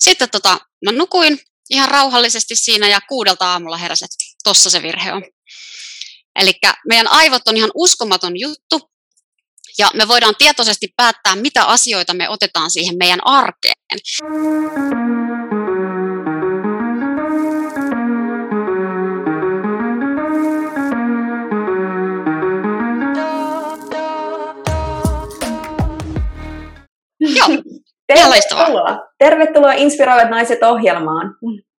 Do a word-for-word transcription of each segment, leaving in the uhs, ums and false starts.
Sitten tota, mä nukuin ihan rauhallisesti siinä ja kuudelta aamulla heräsin, että tossa se virhe on. Eli meidän aivot on ihan uskomaton juttu ja me voidaan tietoisesti päättää, mitä asioita me otetaan siihen meidän arkeen. Joo, tervetuloa. Tervetuloa Inspiroivat naiset -ohjelmaan.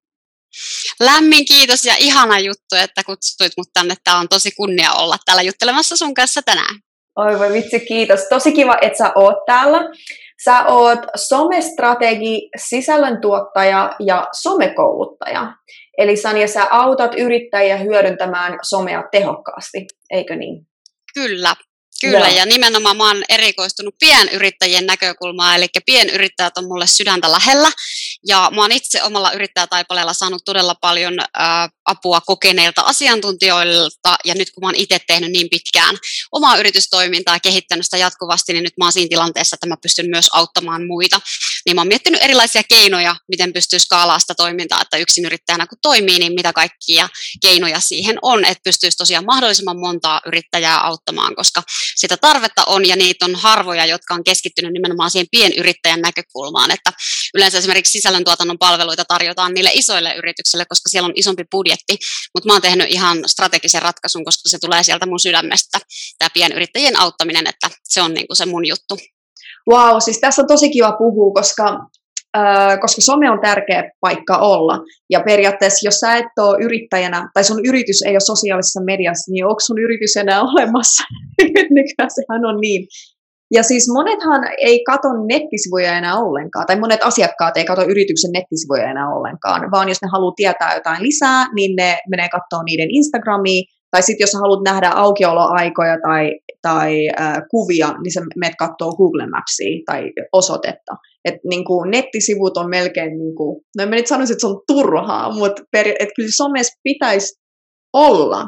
Lämmin kiitos ja ihana juttu, että kutsuit mut tänne. Tää on tosi kunnia olla täällä juttelemassa sun kanssa tänään. Oi voi vitsi, kiitos. Tosi kiva, että sä oot täällä. Sä oot somestrategi, sisällöntuottaja ja somekouluttaja. Eli Sanja, sä autat yrittäjiä hyödyntämään somea tehokkaasti, eikö niin? Kyllä. Kyllä, ja nimenomaan mä oon erikoistunut pienyrittäjien näkökulmaan, eli pienyrittäjät on mulle sydäntä lähellä, ja mä oon itse omalla yrittäjätaipaleella saanut todella paljon ää, apua kokeneilta asiantuntijoilta, ja nyt kun mä oon itse tehnyt niin pitkään omaa yritystoimintaa ja kehittänyt sitä jatkuvasti, niin nyt mä oon siinä tilanteessa, että mä pystyn myös auttamaan muita. Niin mä oon miettinyt erilaisia keinoja, miten pystyy skaalaamaan sitä toimintaa, että yksinyrittäjänä kun toimii, niin mitä kaikkia keinoja siihen on, että pystyisi tosiaan mahdollisimman montaa yrittäjää auttamaan, koska sitä tarvetta on ja niitä on harvoja, jotka on keskittynyt nimenomaan siihen pienyrittäjän näkökulmaan, että yleensä esimerkiksi sisällöntuotannon palveluita tarjotaan niille isoille yrityksille, koska siellä on isompi budjetti, mutta mä oon tehnyt ihan strategisen ratkaisun, koska se tulee sieltä mun sydämestä, tämä pienyrittäjien auttaminen, että se on niin kuin se mun juttu. Wow, siis tässä on tosi kiva puhua, koska, äh, koska some on tärkeä paikka olla. Ja periaatteessa, jos sä et ole yrittäjänä, tai sun yritys ei ole sosiaalisessa mediassa, niin onko sun yritys enää olemassa? Nykyään sehän on niin. Ja siis monethan ei katso nettisivuja enää ollenkaan, tai monet asiakkaat ei katso yrityksen nettisivuja enää ollenkaan, vaan jos ne haluaa tietää jotain lisää, niin ne menee katsoa niiden Instagramia, tai sitten jos sä haluat nähdä aukioloaikoja tai, tai äh, kuvia, niin sä menet katsoa Google Mapsia tai osoitetta. Et niinku nettisivut on melkein, niinku, no en mä nyt sanoisi, että se on turhaa, mutta et kyllä somessa pitäisi olla.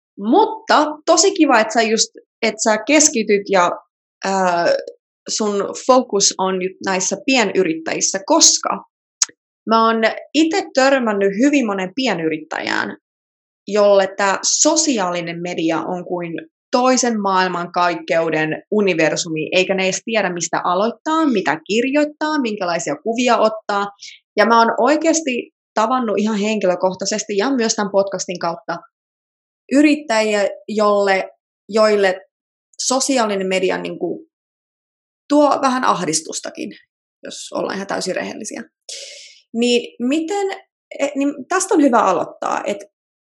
Mutta tosi kiva, että sä, just, että sä keskityt ja äh, sun fokus on näissä pienyrittäjissä, koska mä oon itse törmännyt hyvin monen pienyrittäjään, jolle tämä sosiaalinen media on kuin toisen maailmankaikkeuden universumi, eikä ne edes tiedä, mistä aloittaa, mitä kirjoittaa, minkälaisia kuvia ottaa. Ja mä oon oikeasti tavannut ihan henkilökohtaisesti ja myös tämän podcastin kautta yrittäjiä, jolle, joille sosiaalinen media niin kuin tuo vähän ahdistustakin, jos ollaan ihan täysin rehellisiä. Niin miten, niin tästä on hyvä aloittaa, että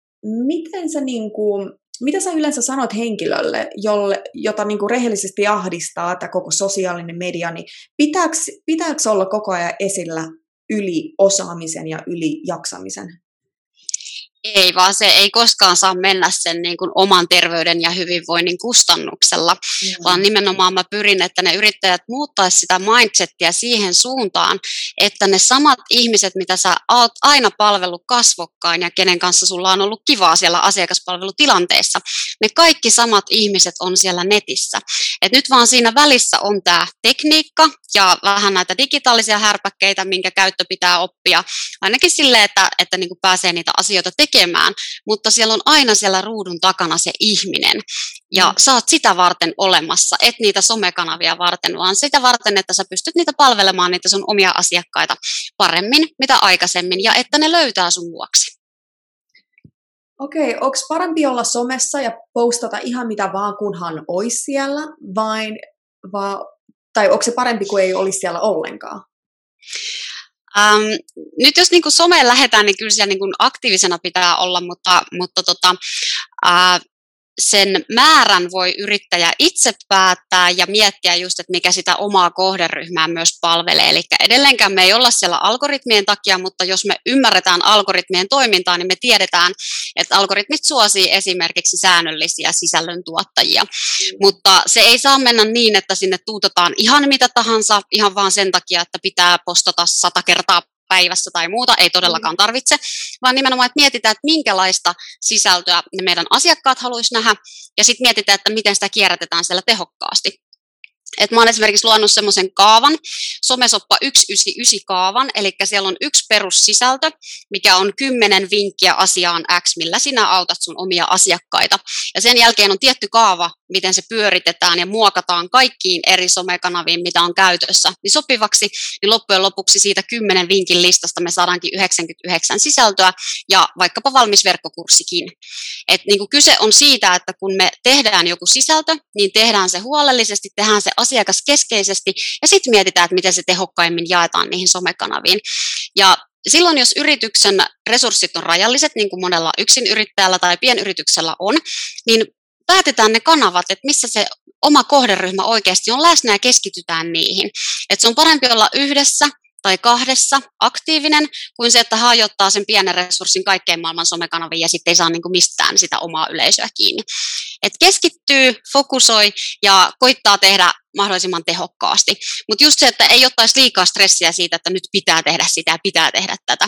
Miten sä, niin kuin, mitä sä yleensä sanot henkilölle, jolle, jota niin kuin rehellisesti ahdistaa tämä koko sosiaalinen media, niin pitääkö, pitääkö olla koko ajan esillä yli osaamisen ja yli jaksamisen? Ei, vaan se ei koskaan saa mennä sen niin kuin oman terveyden ja hyvinvoinnin kustannuksella, mm. vaan nimenomaan mä pyrin, että ne yrittäjät muuttaisi sitä mindsettiä siihen suuntaan, että ne samat ihmiset, mitä sä oot aina palvellut kasvokkain ja kenen kanssa sulla on ollut kivaa siellä asiakaspalvelutilanteessa, ne kaikki samat ihmiset on siellä netissä. Et nyt vaan siinä välissä on tämä tekniikka ja vähän näitä digitaalisia härpäkkeitä, minkä käyttö pitää oppia, ainakin silleen, että, että niin kuin pääsee niitä asioita tekemään. tekemään, mutta siellä on aina siellä ruudun takana se ihminen. Ja mm. sä oot sitä varten olemassa, et niitä somekanavia varten, vaan sitä varten, että sä pystyt niitä palvelemaan, niitä sun omia asiakkaita paremmin, mitä aikaisemmin, ja että ne löytää sun luoksi. Okei, onko parempi olla somessa ja postata ihan mitä vaan, kunhan olisi siellä, vai, vai, tai onko se parempi kuin ei olisi siellä ollenkaan? Ähm, nyt jos niin kuin someen lähdetään, niin kyllä siellä niin kuin aktiivisena pitää olla, mutta, mutta tota, äh, sen määrän voi yrittäjä itse päättää ja miettiä just, että mikä sitä omaa kohderyhmää myös palvelee. Eli edelleenkään me ei olla siellä algoritmien takia, mutta jos me ymmärretään algoritmien toimintaa, niin me tiedetään, että algoritmit suosii esimerkiksi säännöllisiä sisällöntuottajia. Mm. Mutta se ei saa mennä niin, että sinne tuutetaan ihan mitä tahansa, ihan vaan sen takia, että pitää postata sata kertaa päivässä tai muuta, ei todellakaan tarvitse, vaan nimenomaan, että mietitään, että minkälaista sisältöä ne meidän asiakkaat haluaisi nähdä, ja sitten mietitään, että miten sitä kierrätetään siellä tehokkaasti. Et mä oon esimerkiksi luonut semmoisen kaavan, Somesoppa yksi yhdeksän yhdeksän kaavan, eli siellä on yksi perussisältö, mikä on kymmenen vinkkiä asiaan X, millä sinä autat sun omia asiakkaita. Ja sen jälkeen on tietty kaava, miten se pyöritetään ja muokataan kaikkiin eri somekanaviin, mitä on käytössä, niin sopivaksi, niin loppujen lopuksi siitä kymmenen vinkin listasta me saadaankin yhdeksänkymmentäyhdeksän sisältöä ja vaikkapa valmis verkkokurssikin. Et niin kuin kyse on siitä, että kun me tehdään joku sisältö, niin tehdään se huolellisesti, tehdään se asiakaskeskeisesti ja sitten mietitään, että miten se tehokkaimmin jaetaan niihin somekanaviin. Ja silloin, jos yrityksen resurssit on rajalliset, niin kuin monella yksinyrittäjällä tai pienyrityksellä on, niin päätetään ne kanavat, että missä se oma kohderyhmä oikeasti on läsnä ja keskitytään niihin. Että se on parempi olla yhdessä tai kahdessa aktiivinen kuin se, että hajottaa sen pienen resurssin kaikkeen maailman somekanaviin ja sitten ei saa niinku mistään sitä omaa yleisöä kiinni. Et keskittyy, fokusoi ja koittaa tehdä mahdollisimman tehokkaasti. Mutta just se, että ei ottaisi liikaa stressiä siitä, että nyt pitää tehdä sitä ja pitää tehdä tätä.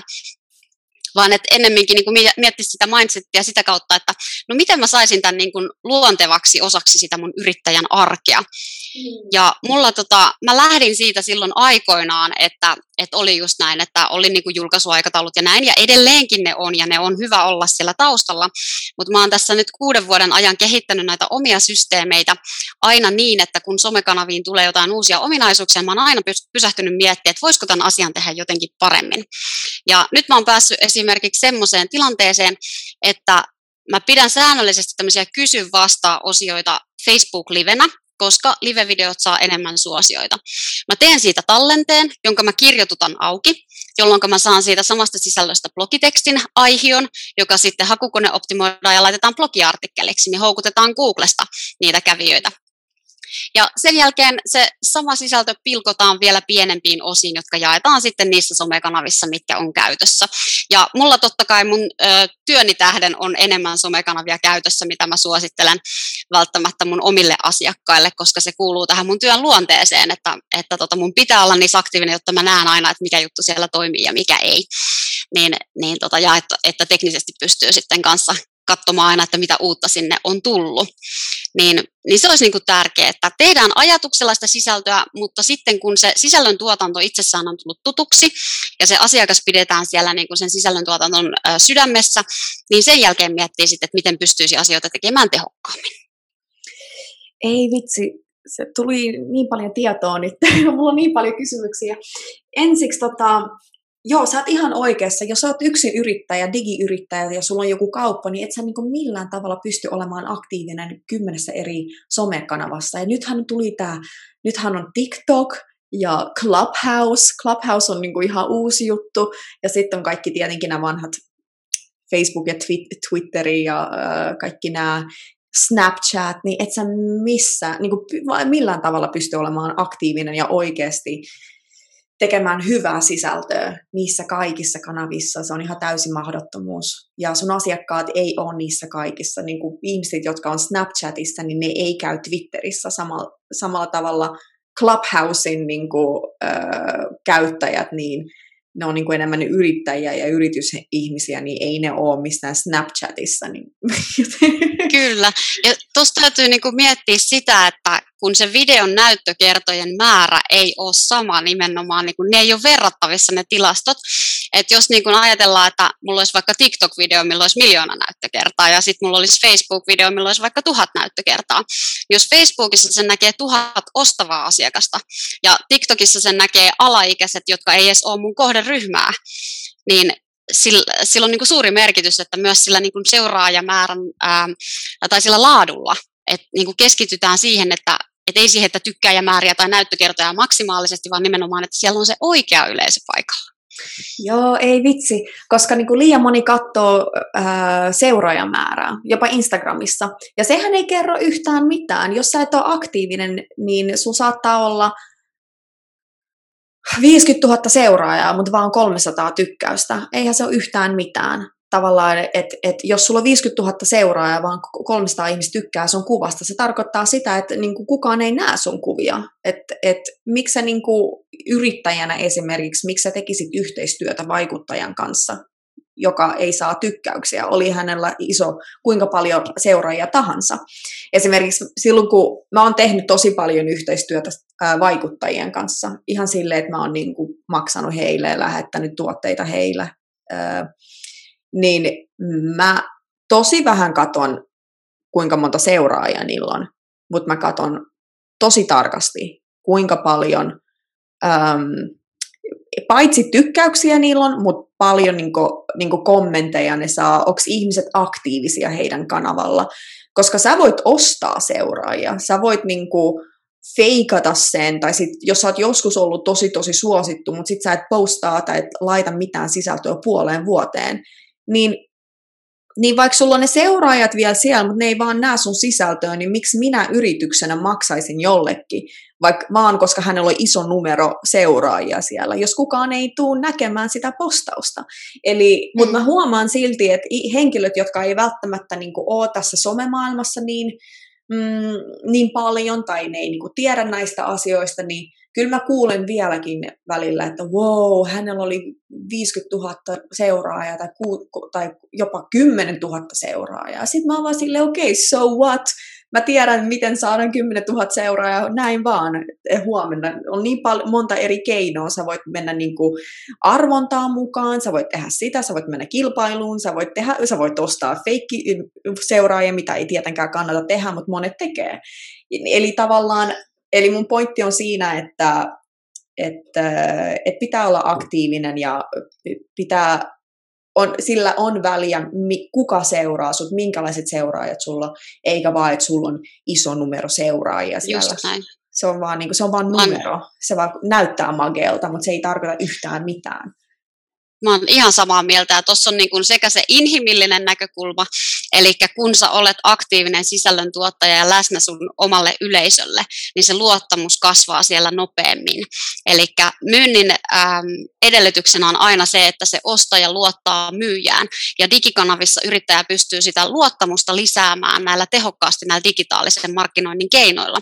Vaan että ennemminkin niin miettisi sitä mindsettiä sitä kautta, että no miten mä saisin tämän niin kuin luontevaksi osaksi sitä mun yrittäjän arkea. Mm. Ja mulla tota, mä lähdin siitä silloin aikoinaan, että, että oli just näin, että oli niin kuin julkaisuaikataulut ja näin, ja edelleenkin ne on, ja ne on hyvä olla siellä taustalla. Mutta mä oon tässä nyt kuuden vuoden ajan kehittänyt näitä omia systeemeitä aina niin, että kun somekanaviin tulee jotain uusia ominaisuuksia, mä oon aina pysähtynyt miettimään, että voisiko tämän asian tehdä jotenkin paremmin. Ja nyt mä oon päässyt esimerkiksi semmoiseen tilanteeseen, että mä pidän säännöllisesti tämmöisiä kysy-vastaa-osioita Facebook-livenä, koska live-videot saa enemmän suosioita. Mä teen siitä tallenteen, jonka mä kirjoitutan auki, jolloin mä saan siitä samasta sisällöstä blogitekstin aihion, joka sitten hakukone optimoidaan ja laitetaan blogiartikkeliksi, niin houkutetaan Googlesta niitä kävijöitä. Ja sen jälkeen se sama sisältö pilkotaan vielä pienempiin osiin, jotka jaetaan sitten niissä somekanavissa, mitkä on käytössä. Ja mulla totta kai mun ö, työni tähden on enemmän somekanavia käytössä, mitä mä suosittelen välttämättä mun omille asiakkaille, koska se kuuluu tähän mun työn luonteeseen, että, että tota mun pitää olla niissä aktiivinen, jotta mä näen aina, että mikä juttu siellä toimii ja mikä ei. Niin, niin tota, ja että, että teknisesti pystyy sitten kanssa katsomaan aina, että mitä uutta sinne on tullut. Niin, niin se olisi niin kuin tärkeää, että tehdään ajatuksella sitä sisältöä, mutta sitten kun se sisällön tuotanto itsessään on tullut tutuksi ja se asiakas pidetään siellä niin kuin sen sisällön tuotanton ö, sydämessä, niin sen jälkeen miettii sitten, että miten pystyisi asioita tekemään tehokkaammin. Ei vitsi, se tuli niin paljon tietoa nyt. Mulla on niin paljon kysymyksiä. Ensiksi tota... Joo, sä oot ihan oikeassa. Jos sä oot yksin yrittäjä, digiyrittäjä ja sulla on joku kauppa, niin et sä niin millään tavalla pysty olemaan aktiivinen kymmenessä eri somekanavassa. Ja nythän tuli tää, nythän on TikTok ja Clubhouse. Clubhouse on niin ihan uusi juttu. Ja sitten on kaikki tietenkin nämä vanhat Facebook ja Twitter ja äh, kaikki nämä Snapchat, niin et sä missä, niin kuin, millään tavalla pysty olemaan aktiivinen ja oikeasti tekemään hyvää sisältöä niissä kaikissa kanavissa. Se on ihan täysin mahdottomuus. Ja sun asiakkaat ei ole niissä kaikissa. Niin kuin ihmiset, jotka on Snapchatissa, niin ne ei käy Twitterissä samalla, samalla tavalla. Clubhousein niin kuin, äh, käyttäjät, niin ne on niin kuin enemmän yrittäjiä ja yritysihmisiä, niin ei ne ole mistään Snapchatissa. Niin. Kyllä. Ja tuossa täytyy niin kuin miettiä sitä, että kun se videon näyttökertojen määrä ei ole sama nimenomaan, niin kuin ne ei ole verrattavissa ne tilastot. Että jos niin kuin ajatellaan, että mulla olisi vaikka TikTok-video, millä olisi miljoona näyttökertaa, ja sitten mulla olisi Facebook-video, millä olisi vaikka tuhat näyttökertaa. Jos Facebookissa sen näkee tuhat ostavaa asiakasta, ja TikTokissa sen näkee alaikäiset, jotka ei edes ole mun kohderyhmää, niin sillä, sillä on niin kuin suuri merkitys, että myös sillä niin kuin seuraajamäärän ää, tai sillä laadulla, että niin kuin keskitytään siihen, että et ei siihen, että tykkääjämääriä tai näyttökertoja maksimaalisesti, vaan nimenomaan, että siellä on se oikea yleisö paikalla. Joo, ei vitsi, koska niin kuin liian moni katsoo ää, seuraajamäärää, jopa Instagramissa, ja sehän ei kerro yhtään mitään. Jos sä et ole aktiivinen, niin sun saattaa olla viisikymmentätuhatta seuraajaa, mutta vaan kolmesataa tykkäystä. Eihän se ole yhtään mitään. Tavallaan, että et, jos sulla on viisikymmentätuhatta seuraajaa, vaan kolmesataa ihmistä tykkää sun kuvasta, se tarkoittaa sitä, että niinku, kukaan ei näe sun kuvia. Että et, miksi sä niinku, yrittäjänä esimerkiksi, miksi sä tekisit yhteistyötä vaikuttajan kanssa? joka ei saa tykkäyksiä, oli hänellä iso, kuinka paljon seuraajia tahansa. Esimerkiksi silloin, kun mä oon tehnyt tosi paljon yhteistyötä ää, vaikuttajien kanssa, ihan silleen, että mä oon niin kuin maksanut heille ja lähettänyt tuotteita heille, ää, niin mä tosi vähän katon, kuinka monta seuraajaa niillä on, mutta mä katon tosi tarkasti, kuinka paljon äm, paitsi tykkäyksiä niillä on, mutta paljon niinku, niinku kommentteja ne saa, onko ihmiset aktiivisia heidän kanavalla, koska sä voit ostaa seuraajia, sä voit niinku feikata sen, tai sit, jos sä oot joskus ollut tosi tosi suosittu, mutta sit sä et postaa tai et laita mitään sisältöä puoleen vuoteen, niin Niin vaikka sulla on ne seuraajat vielä siellä, mutta ne ei vaan näe sun sisältöä, niin miksi minä yrityksenä maksaisin jollekin, vaikka vaan koska hänellä on iso numero seuraajia siellä, jos kukaan ei tule näkemään sitä postausta. Eli, mm. Mutta mä huomaan silti, että henkilöt, jotka ei välttämättä niin kuin ole tässä somemaailmassa niin, mm, niin paljon, tai ne ei niin kuin tiedä näistä asioista, niin kyllä mä kuulen vieläkin välillä, että wow, hänellä oli viisikymmentätuhatta seuraajaa tai, ku, tai jopa kymmenen tuhatta seuraajaa. Sitten mä oon vaan silleen, okei, okay, so what? Mä tiedän, miten saadaan kymmenen tuhatta seuraajaa, näin vaan huomenna. On niin paljon, monta eri keinoa. Sä voit mennä niin kuin arvontaan mukaan, sä voit tehdä sitä, sä voit mennä kilpailuun, sä voit, tehdä, sä voit ostaa feikki seuraajia, mitä ei tietenkään kannata tehdä, mutta monet tekee. Eli tavallaan Eli mun pointti on siinä, että, että, että pitää olla aktiivinen ja pitää, on, sillä on väliä, kuka seuraa sut, minkälaiset seuraajat sulla, eikä vaan, että sulla on iso numero seuraajia siellä. Se on vaan, niin kuin, se on vaan numero. Se vaan näyttää mageelta, mutta se ei tarkoita yhtään mitään. Mä oon ihan samaa mieltä, ja tuossa on niin kuin sekä se inhimillinen näkökulma, eli kun sä olet aktiivinen sisällöntuottaja ja läsnä sun omalle yleisölle, niin se luottamus kasvaa siellä nopeammin. Eli myynnin ähm, edellytyksenä on aina se, että se ostaja luottaa myyjään, ja digikanavissa yrittäjä pystyy sitä luottamusta lisäämään näillä tehokkaasti näillä digitaalisen markkinoinnin keinoilla.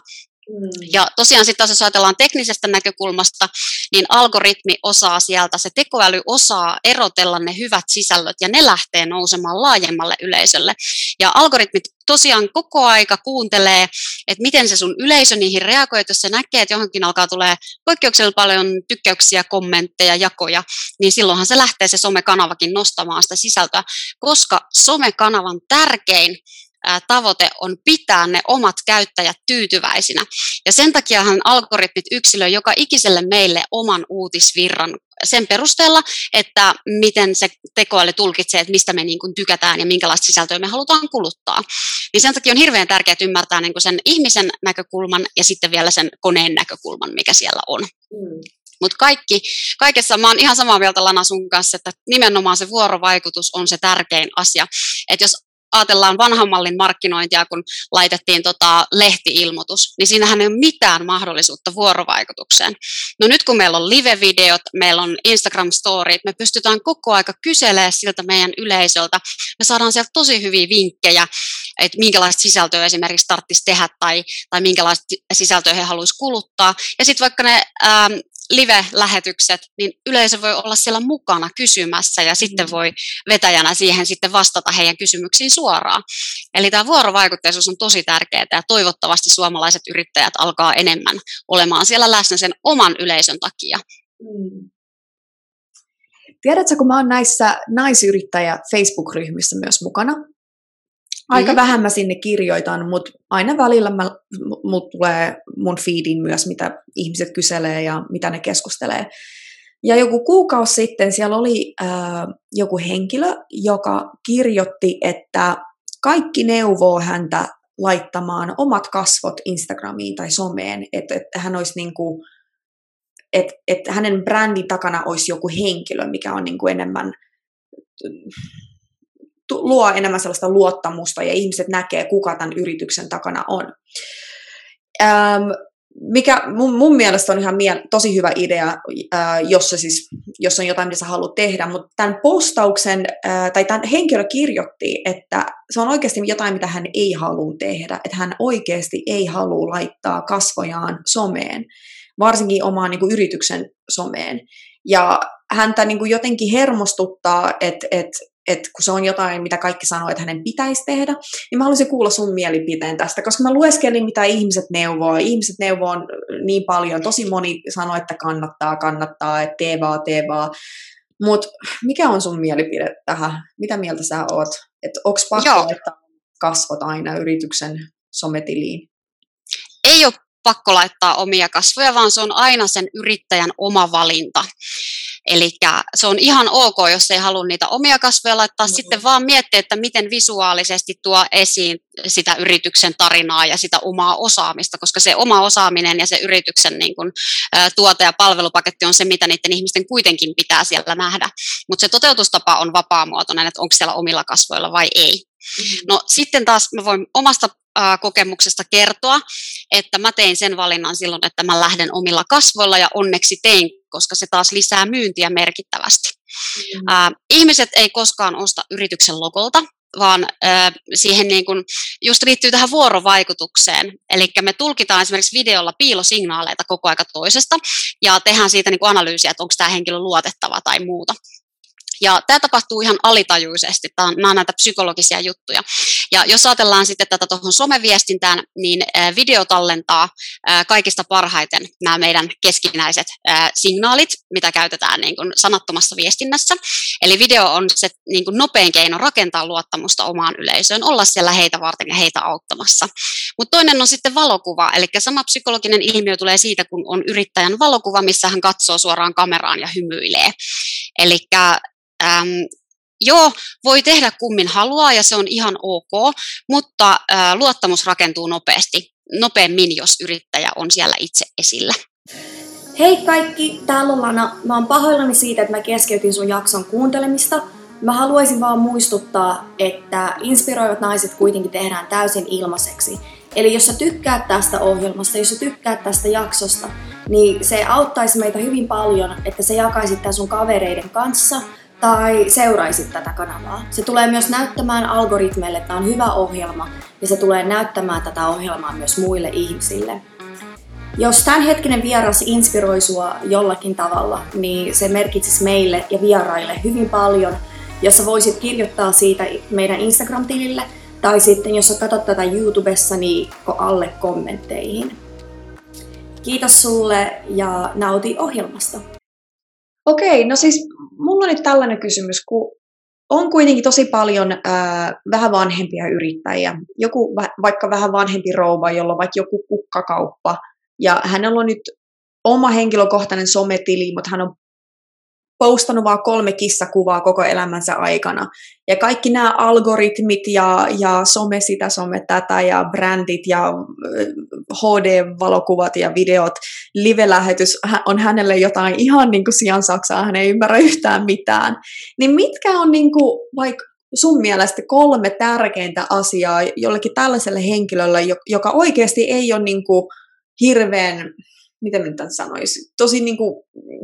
Ja tosiaan sitten jos ajatellaan teknisestä näkökulmasta, niin algoritmi osaa sieltä, se tekoäly osaa erotella ne hyvät sisällöt ja ne lähtee nousemaan laajemmalle yleisölle. Ja algoritmit tosiaan koko aika kuuntelee, että miten se sun yleisö niihin reagoi, jos se näkee, että johonkin alkaa tulee poikkeuksellisen paljon tykkäyksiä, kommentteja, jakoja, niin silloinhan se lähtee se somekanavakin nostamaan sitä sisältöä, koska somekanavan tärkein tavoite on pitää ne omat käyttäjät tyytyväisinä. Ja sen takiahan algoritmit yksilöi joka ikiselle meille oman uutisvirran sen perusteella, että miten se tekoäly tulkitsee, että mistä me niin kuin tykätään ja minkälaista sisältöä me halutaan kuluttaa. Niin sen takia on hirveän tärkeää ymmärtää niin kuin sen ihmisen näkökulman ja sitten vielä sen koneen näkökulman, mikä siellä on. Mm. Mutta kaikki, kaikessa mä oon ihan samaa mieltä Lana sun kanssa, että nimenomaan se vuorovaikutus on se tärkein asia. Että jos ajatellaan vanhan mallin markkinointia, kun laitettiin tota lehti-ilmoitus, niin siinähän ei ole mitään mahdollisuutta vuorovaikutukseen. No nyt kun meillä on live-videot, meillä on Instagram-storit, me pystytään koko aika kyselemään siltä meidän yleisöltä. Me saadaan sieltä tosi hyviä vinkkejä, että minkälaista sisältöä esimerkiksi tarvitsisi tehdä tai, tai minkälaista sisältöä he haluaisivat kuluttaa. Ja sitten vaikka ne ähm, live-lähetykset, niin yleisö voi olla siellä mukana kysymässä ja sitten voi vetäjänä siihen sitten vastata heidän kysymyksiin suoraan. Eli tämä vuorovaikutteisuus on tosi tärkeää ja toivottavasti suomalaiset yrittäjät alkaa enemmän olemaan siellä läsnä sen oman yleisön takia. Mm. Tiedätkö, kun mä oon näissä naisyrittäjä Facebook-ryhmissä myös mukana, aika mm. vähän mä sinne kirjoitan, mutta aina välillä mä, mut tulee mun feediin myös, mitä ihmiset kyselee ja mitä ne keskustelee. Ja joku kuukausi sitten siellä oli äh, joku henkilö, joka kirjoitti, että kaikki neuvoo häntä laittamaan omat kasvot Instagramiin tai someen, että, että hän olisi niinku, että, että hänen brändin takana olisi joku henkilö, mikä on niinku enemmän luo enemmän sellaista luottamusta ja ihmiset näkee, kuka tämän yrityksen takana on. Ähm, mikä mun, mun mielestä on ihan mie- tosi hyvä idea, äh, jos, se siis, jos on jotain, mitä sä haluat tehdä, mutta tämän postauksen, äh, tai tämän henkilö kirjoitti, että se on oikeasti jotain, mitä hän ei halua tehdä, että hän oikeasti ei halua laittaa kasvojaan someen, varsinkin omaan niin kuin yrityksen someen. Ja häntä niin kuin jotenkin hermostuttaa, että et, et, kun se on jotain, mitä kaikki sanoo, että hänen pitäisi tehdä, niin mä haluaisin kuulla sun mielipiteen tästä, koska mä lueskelin, mitä ihmiset neuvoo. Ihmiset neuvoo niin paljon. Tosi moni sanoo, että kannattaa, kannattaa, että tee vaan, tee vaan. Mutta mikä on sun mielipide tähän? Mitä mieltä sä oot? Että onko pakko Joo. laittaa kasvot aina yrityksen sometiliin? Ei ole pakko laittaa omia kasvoja, vaan se on aina sen yrittäjän oma valinta. Eli se on ihan ok, jos ei halua niitä omia kasvoja laittaa, mm-hmm. sitten vaan miettiä, että miten visuaalisesti tuo esiin sitä yrityksen tarinaa ja sitä omaa osaamista, koska se oma osaaminen ja se yrityksen niin kun, ä, tuote- ja palvelupaketti on se, mitä niiden ihmisten kuitenkin pitää siellä nähdä. Mutta se toteutustapa on vapaamuotoinen, että onko siellä omilla kasvoilla vai ei. Mm-hmm. No sitten taas mä voin omasta ä, kokemuksesta kertoa, että mä tein sen valinnan silloin, että mä lähden omilla kasvoilla ja onneksi tein, koska se taas lisää myyntiä merkittävästi. Mm-hmm. Ä, ihmiset ei koskaan osta yrityksen logolta, vaan äh, siihen niin kun, just liittyy tähän vuorovaikutukseen. Eli me tulkitaan esimerkiksi videolla piilosignaaleita koko aika toisesta ja tehdään siitä niin kun analyysiä, että onko tämä henkilö luotettava tai muuta. Ja tämä tapahtuu ihan alitajuisesti, tämä on, nämä on näitä psykologisia juttuja. Ja jos ajatellaan sitten tätä tuohon someviestintään, niin video tallentaa kaikista parhaiten nämä meidän keskinäiset signaalit, mitä käytetään niin kuin sanattomassa viestinnässä. Eli video on se niin kuin nopein keino rakentaa luottamusta omaan yleisöön, olla siellä heitä varten ja heitä auttamassa. Mutta toinen on sitten valokuva, eli sama psykologinen ilmiö tulee siitä, kun on yrittäjän valokuva, missä hän katsoo suoraan kameraan ja hymyilee. Eli Ähm, joo, voi tehdä kummin haluaa ja se on ihan ok, mutta äh, luottamus rakentuu nopeasti, nopeammin, jos yrittäjä on siellä itse esillä. Hei kaikki, täällä on Lana. Mä oon pahoillani siitä, että mä keskeytin sun jakson kuuntelemista. Mä haluaisin vaan muistuttaa, että inspiroivat naiset kuitenkin tehdään täysin ilmaiseksi. Eli jos sä tykkäät tästä ohjelmasta, jos sä tykkäät tästä jaksosta, niin se auttaisi meitä hyvin paljon, että sä jakaisit tämän sun kavereiden kanssa tai seuraisit tätä kanavaa. Se tulee myös näyttämään algoritmeille, että tämä on hyvä ohjelma, ja se tulee näyttämään tätä ohjelmaa myös muille ihmisille. Jos tämänhetkinen vieras inspiroi sua jollakin tavalla, niin se merkitsisi meille ja vieraille hyvin paljon, jos sä voisit kirjoittaa siitä meidän Instagram-tilille, tai sitten jos sä katsot tätä YouTubessa, niin alle kommentteihin. Kiitos sulle ja nauti ohjelmasta. Okei, no siis mulla on nyt tällainen kysymys, kun on kuitenkin tosi paljon ää, vähän vanhempia yrittäjiä. Joku va- vaikka vähän vanhempi rouva, jolla on vaikka joku kukkakauppa, ja hänellä on nyt oma henkilökohtainen sometili, mutta hän on postannut vaan kolme kissakuvaa koko elämänsä aikana. Ja kaikki nämä algoritmit ja, ja some sitä, some tätä ja brändit ja H D-valokuvat ja videot, live-lähetys on hänelle jotain ihan niin kuin sian saksaa, hän ei ymmärrä yhtään mitään. Niin mitkä on niin kuin, vaikka sun mielestä kolme tärkeintä asiaa jollekin tällaiselle henkilölle, joka oikeasti ei ole niin kuin hirveän, miten minä tämän sanoisin, tosi niin kuin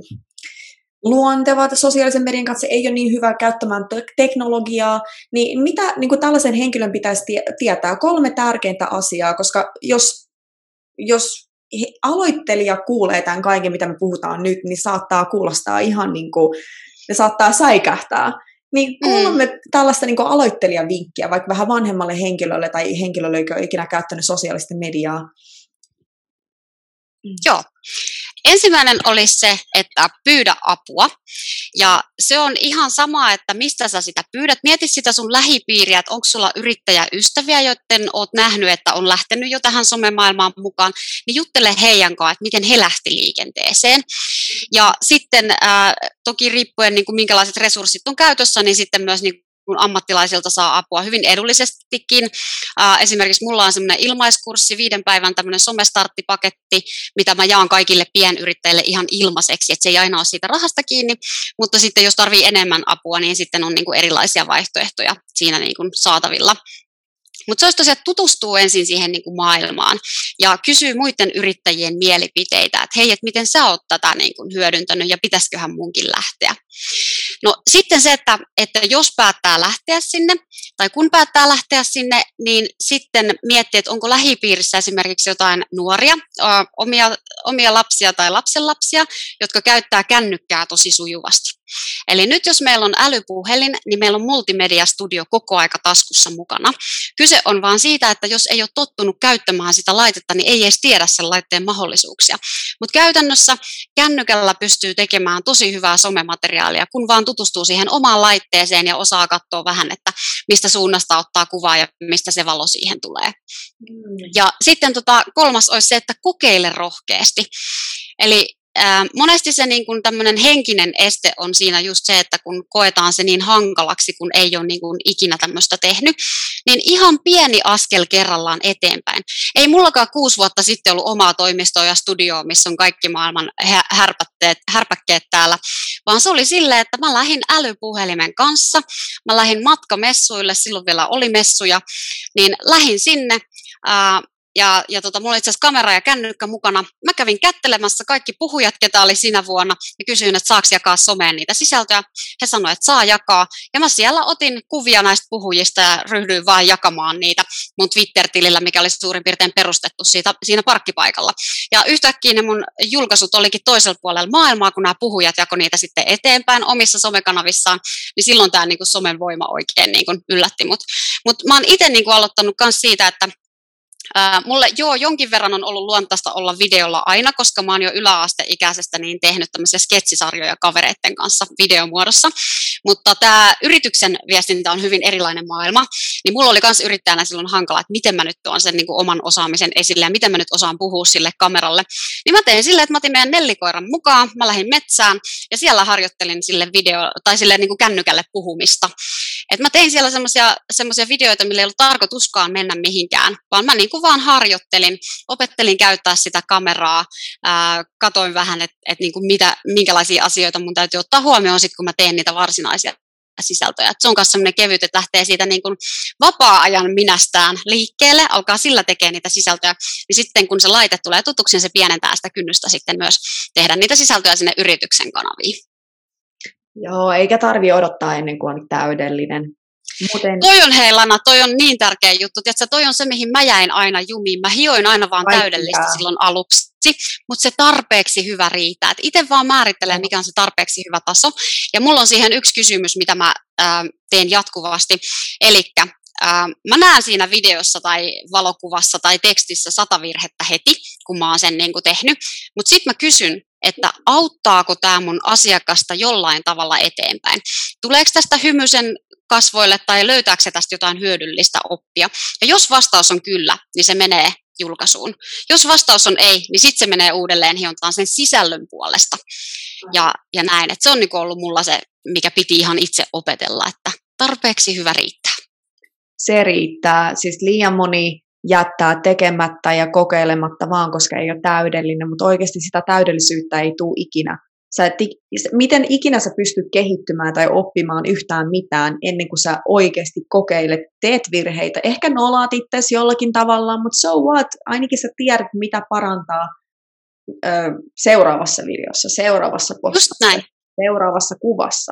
luonteva, sosiaalisen median kanssa ei ole niin hyvä käyttämään teknologiaa, niin mitä niin kuin tällaisen henkilön pitäisi tietää? Kolme tärkeintä asiaa, koska jos, jos aloittelija kuulee tämän kaiken, mitä me puhutaan nyt, niin saattaa kuulostaa ihan niin kuin, ne saattaa säikähtää. Niin kolme mm. tällaista niin kuin aloittelijavinkkiä, vaikka vähän vanhemmalle henkilölle tai henkilölle, joka on ikinä käyttänyt sosiaalista mediaa. Mm. Joo. Ensimmäinen olisi se, että pyydä apua. Ja se on ihan sama, että mistä sä sitä pyydät. Mieti sitä sun lähipiiriä, että onko sulla yrittäjäystäviä, joiden oot nähnyt, että on lähtenyt jo tähän somemaailmaan mukaan. Niin juttele heidän kanssaan, että miten he lähti liikenteeseen. Ja sitten ää, toki riippuen niin kuin minkälaiset resurssit on käytössä, niin sitten myös niin kun ammattilaisilta saa apua hyvin edullisestikin. Uh, esimerkiksi mulla on semmoinen ilmaiskurssi, viiden päivän tämmöinen somestarttipaketti, mitä mä jaan kaikille pienyrittäjille ihan ilmaiseksi, että se ei aina ole siitä rahasta kiinni, mutta sitten jos tarvii enemmän apua, niin sitten on niin kuin erilaisia vaihtoehtoja siinä niin kuin saatavilla. Mutta se olisi tosiaan, että tutustuu ensin siihen niin kuin maailmaan ja kysyy muiden yrittäjien mielipiteitä, että hei, että miten sä oot tätä niin kuin hyödyntänyt ja pitäisiköhän munkin lähteä. No sitten se, että, että jos päättää lähteä sinne tai kun päättää lähteä sinne, niin sitten miettii, että onko lähipiirissä esimerkiksi jotain nuoria, omia, omia lapsia tai lapsenlapsia, jotka käyttää kännykkää tosi sujuvasti. Eli nyt jos meillä on älypuhelin, niin meillä on multimediastudio koko aika taskussa mukana. Kyse on vaan siitä, että jos ei ole tottunut käyttämään sitä laitetta, niin ei edes tiedä sen laitteen mahdollisuuksia. Mutta käytännössä kännykällä pystyy tekemään tosi hyvää somemateriaalia, kun vaan tutustuu siihen omaan laitteeseen ja osaa katsoa vähän, että mistä suunnasta ottaa kuvaa ja mistä se valo siihen tulee. Mm. Ja sitten tota, kolmas olisi se, että kokeile rohkeasti. Eli ää, monesti se niin kun tämmöinen henkinen este on siinä just se, että kun koetaan se niin hankalaksi, kun ei ole niin kun ikinä tämmöistä tehnyt, niin ihan pieni askel kerrallaan eteenpäin. Ei mullakaan kuusi vuotta sitten ollut omaa toimistoa ja studioa, missä on kaikki maailman härpäkkeet, härpäkkeet täällä, vaan se oli silleen, että mä lähdin älypuhelimen kanssa, mä lähdin matkamessuille, silloin vielä oli messuja, niin lähdin sinne, ää, Ja, ja tota, mulla oli itse asiassa kamera ja kännykkä mukana. Mä kävin kättelemässä kaikki puhujat, ketä oli siinä vuonna, ja kysyin, että saako jakaa someen niitä sisältöjä. He sanoivat, että saa jakaa. Ja mä siellä otin kuvia näistä puhujista ja ryhdyin vaan jakamaan niitä mun Twitter-tilillä, mikä oli suurin piirtein perustettu siitä, siinä parkkipaikalla. Ja yhtäkkiä ne mun julkaisut olikin toisella puolella maailmaa, kun nämä puhujat jakoi niitä sitten eteenpäin omissa somekanavissaan, niin silloin tämä niin kuin somen voima oikein niin kuin yllätti mut. Mutta mä oon itse niin kuin aloittanut myös siitä, että Uh, mulle joo, jonkin verran on ollut luontaista olla videolla aina, koska mä oon jo yläasteikäisestä niin tehnyt tämmöisiä sketsisarjoja kavereiden kanssa videomuodossa, mutta tämä yrityksen viestintä on hyvin erilainen maailma, niin mulla oli myös yrittäjänä silloin hankala, että miten mä nyt tuon sen niin kuin oman osaamisen esille ja miten mä nyt osaan puhua sille kameralle, niin mä tein silleen, että mä otin meidän nellikoiran mukaan, mä lähdin metsään ja siellä harjoittelin sille video, tai sille niin kuin kännykälle puhumista. Et mä tein siellä semmoisia videoita, millä ei ollut tarkoituskaan mennä mihinkään, vaan mä niin kuin vaan harjoittelin, opettelin käyttää sitä kameraa, ää, katoin vähän, että et niin kuin mitä, minkälaisia asioita mun täytyy ottaa huomioon sit, kun mä teen niitä varsinaisia sisältöjä. Et se on myös semmoinen kevyt, että lähtee siitä niin kuin vapaa-ajan minästään liikkeelle, alkaa sillä tekemään niitä sisältöjä, niin sitten kun se laite tulee tutuksi, niin se pienentää sitä kynnystä sitten myös tehdä niitä sisältöjä sinne yrityksen kanaviin. Joo, eikä tarvitse odottaa ennen kuin on täydellinen. Muuten... Toi on hei Lana, toi on niin tärkeä juttu. Tiedätkö, toi on se, mihin mä jäin aina jumiin. Mä hioin aina vaan Vaikka. täydellistä silloin aluksi, mutta se tarpeeksi hyvä riittää. Itse vaan määrittelee, mikä on se tarpeeksi hyvä taso. Ja mulla on siihen yksi kysymys, mitä mä äh, teen jatkuvasti. Elikkä äh, mä näen siinä videossa tai valokuvassa tai tekstissä sata virhettä heti, kun mä oon sen niin kuin tehnyt. Mutta sitten mä kysyn, että auttaako tämä mun asiakasta jollain tavalla eteenpäin. Tuleeko tästä hymysen kasvoille tai löytääkö se tästä jotain hyödyllistä oppia? Ja jos vastaus on kyllä, niin se menee julkaisuun. Jos vastaus on ei, niin sitten se menee uudelleen hiontaan sen sisällön puolesta. Ja, ja näin, että se on niinku ollut mulla se, mikä piti ihan itse opetella, että tarpeeksi hyvä riittää. Se riittää. Siis liian moni jättää tekemättä ja kokeilematta vaan, koska ei ole täydellinen, mutta oikeasti sitä täydellisyyttä ei tule ikinä. Sä et, miten ikinä sä pystyt kehittymään tai oppimaan yhtään mitään ennen kuin sä oikeasti kokeilet, teet virheitä. Ehkä nolaat itsesi jollakin tavalla, mutta so what? Ainakin sä tiedät, mitä parantaa ö, seuraavassa videossa, seuraavassa postissa, seuraavassa kuvassa.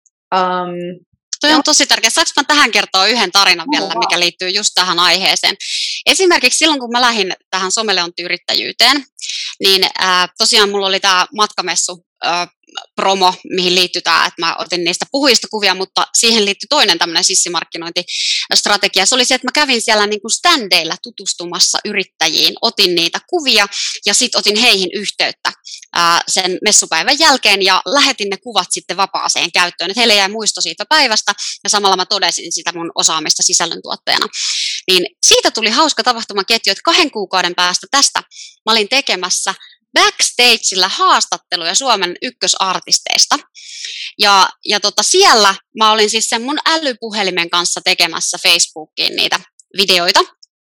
Um, Toi on tosi tärkeää. Saanko mä tähän kertoa yhden tarinan vielä, mikä liittyy just tähän aiheeseen? Esimerkiksi silloin, kun mä lähdin tähän someleonttiyrittäjyyteen, niin ää, tosiaan mulla oli tämä matkamessu ää, promo, mihin liittyy tämä, että mä otin niistä puhujista kuvia, mutta siihen liittyi toinen tämmöinen sissimarkkinointistrategia. Se oli se, että mä kävin siellä niin kuin standeilla tutustumassa yrittäjiin, otin niitä kuvia ja sitten otin heihin yhteyttä ää, sen messupäivän jälkeen ja lähetin ne kuvat sitten vapaaseen käyttöön. Että heille jäi muisto siitä päivästä ja samalla mä todesin sitä mun osaamista sisällöntuottajana. Niin siitä tuli hauska tapahtumaketju, että kahden kuukauden päästä tästä mä olin tekemässä backstageillä haastatteluja Suomen ykkösartisteista. Ja, ja tota, siellä mä olin siis sen mun älypuhelimen kanssa tekemässä Facebookiin niitä videoita.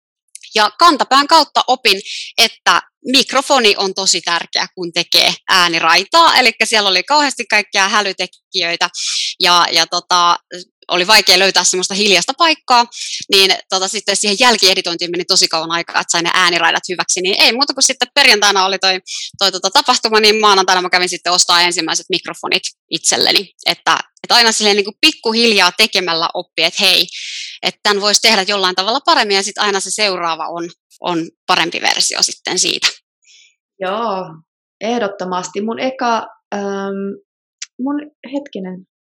Ja kantapään kautta opin, että mikrofoni on tosi tärkeä, kun tekee ääniraitaa. Eli siellä oli kauheasti kaikkia hälytekijöitä ja, ja tota, oli vaikea löytää semmoista hiljaista paikkaa, niin tota, sitten siihen jälkieditointiin meni tosi kauan aikaa, että sain ne ääniraidat hyväksi, niin ei muuta kuin sitten perjantaina oli toi, toi tota, tapahtuma, niin maanantaina mä kävin sitten ostaa ensimmäiset mikrofonit itselleni, että, että aina silleen niin kuin pikkuhiljaa tekemällä oppii, että hei, että tämän voisi tehdä jollain tavalla paremmin, ja sitten aina se seuraava on, on parempi versio sitten siitä. Joo, ehdottomasti. Mun eka, ähm, mun hetkinen,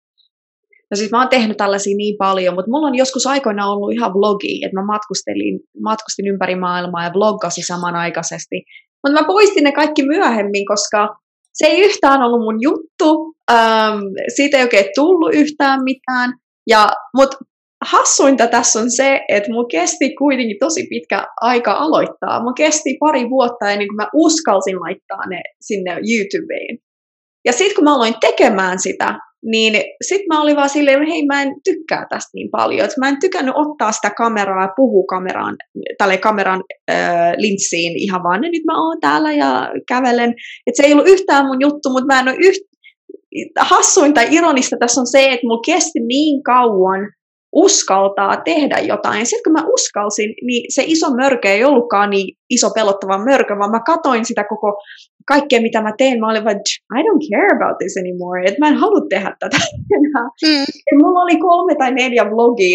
no siis mä oon tehnyt tällaisia niin paljon, mutta mulla on joskus aikoina ollut ihan vlogi, että mä matkustelin, matkustin ympäri maailmaa ja vloggasin samanaikaisesti. Mutta mä poistin ne kaikki myöhemmin, koska se ei yhtään ollut mun juttu, ähm, siitä ei oikein tullut yhtään mitään. Ja, mut hassuinta tässä on se, että mun kesti kuitenkin tosi pitkä aika aloittaa. Mun kesti pari vuotta ennen kuin mä uskalsin laittaa ne sinne YouTubeen. Ja sitten kun mä aloin tekemään sitä, niin sitten mä olin vaan silleen, että hei, mä en tykkää tästä niin paljon. Et mä en tykännyt ottaa sitä kameraa ja puhua kameraan, tälle kameran äh, linssiin ihan vaan, nyt mä oon täällä ja kävelen. Et se ei ollut yhtään mun juttu, mutta mä en ole yht... hassuinta ironista tässä on se, että mulla kesti niin kauan uskaltaa tehdä jotain. Sitten kun mä uskalsin, niin se iso mörkö ei ollutkaan niin iso pelottava mörkö, vaan mä katoin sitä koko kaikkea, mitä mä teen. Mä olin vaan, I don't care about this anymore. Et mä en halua tehdä tätä enää. Mm. Mulla oli kolme tai neljä vlogia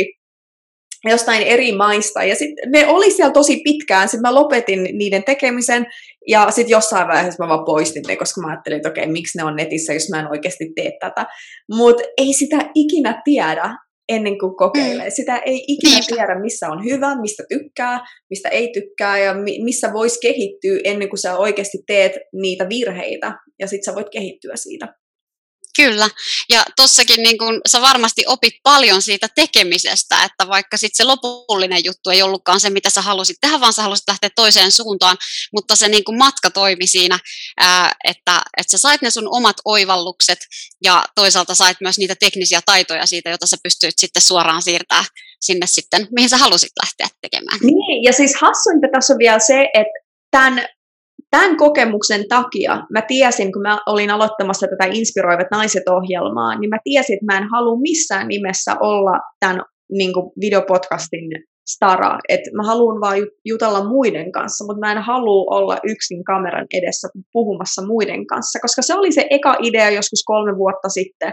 jostain eri maista, ja sitten ne oli siellä tosi pitkään. Sitten mä lopetin niiden tekemisen, ja sitten jossain vaiheessa mä vaan poistin ne, koska mä ajattelin, että okei, okay, miksi ne on netissä, jos mä en oikeasti tee tätä. Mutta ei sitä ikinä tiedä ennen kuin kokeilee. Sitä ei ikinä tiedä, missä on hyvä, mistä tykkää, mistä ei tykkää ja mi- missä voisi kehittyä ennen kuin sä oikeasti teet niitä virheitä ja sit sä voit kehittyä siitä. Kyllä, ja tossakin niin kun, sä varmasti opit paljon siitä tekemisestä, että vaikka sitten se lopullinen juttu ei ollutkaan se, mitä sä halusit tehdä, vaan sä halusit lähteä toiseen suuntaan, mutta se niin kun matka toimi siinä, ää, että, että sä sait ne sun omat oivallukset ja toisaalta sait myös niitä teknisiä taitoja siitä, joita sä pystyit sitten suoraan siirtää sinne sitten, mihin sä halusit lähteä tekemään. Niin, ja siis hassuinta tässä on vielä se, että tämän Tämän kokemuksen takia mä tiesin, kun mä olin aloittamassa tätä Inspiroivat naiset-ohjelmaa, niin mä tiesin, että mä en halua missään nimessä olla tämän niin kuin videopodcastin stara. Että mä haluan vaan jutella muiden kanssa, mutta mä en halua olla yksin kameran edessä puhumassa muiden kanssa, koska se oli se eka idea joskus kolme vuotta sitten.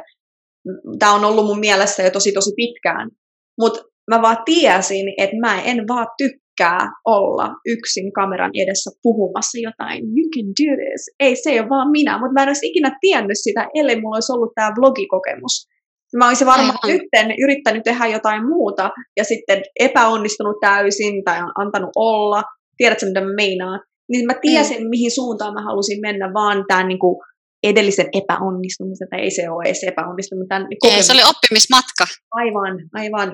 Tämä on ollut mun mielessä jo tosi tosi pitkään, mutta mä vaan tiesin, että mä en vaan tykkää olla yksin kameran edessä puhumassa jotain, you can do this. Ei, se ei ole vaan minä, mutta mä en olisi ikinä tiennyt sitä, ellei mulla olisi ollut tämä vlogikokemus. Mä olisin varmaan nyt yrittänyt tehdä jotain muuta ja sitten epäonnistunut täysin tai antanut olla. Tiedätkö, mitä mä meinaan? Niin mä tiesin, mm. mihin suuntaan mä halusin mennä, vaan tämän niin kuin edellisen epäonnistumisen, tai ei se ole edes epäonnistuminen. Ei, se oli oppimismatka. Aivan, aivan.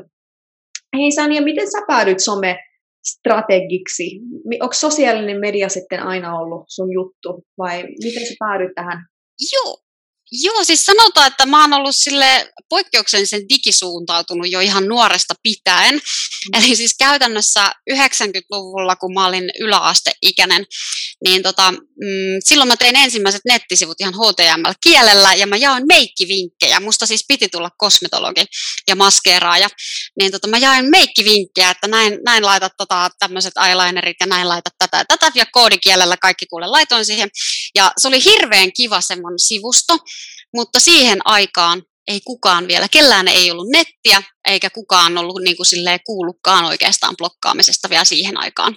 Hei Sanja, miten sä päädyit some strategiksi? Onko sosiaalinen media sitten aina ollut sun juttu vai miten sä päädyit tähän? Joo, Joo siis sanotaan, että mä oon ollut sille poikkeuksellisen digisuuntautunut jo ihan nuoresta pitäen. Mm. Eli siis käytännössä yhdeksänkymmentäluvulla, kun mä olin yläasteikäinen, niin tota, mm, silloin mä tein ensimmäiset nettisivut ihan H T M L-kielellä ja mä jaoin meikkivinkkejä. Musta siis piti tulla kosmetologi ja maskeeraaja. Niin tota, mä jaoin meikkivinkkejä, että näin, näin laitat tota, tämmöiset eyelinerit ja näin laitat tätä ja tätä. Ja koodikielellä kaikki kuule laitoin siihen. Ja se oli hirveän kiva semmoinen sivusto, mutta siihen aikaan ei kukaan vielä, kellään ei ollut nettiä, eikä kukaan ollut niin kuin silleen kuullutkaan oikeastaan blokkaamisesta vielä siihen aikaan.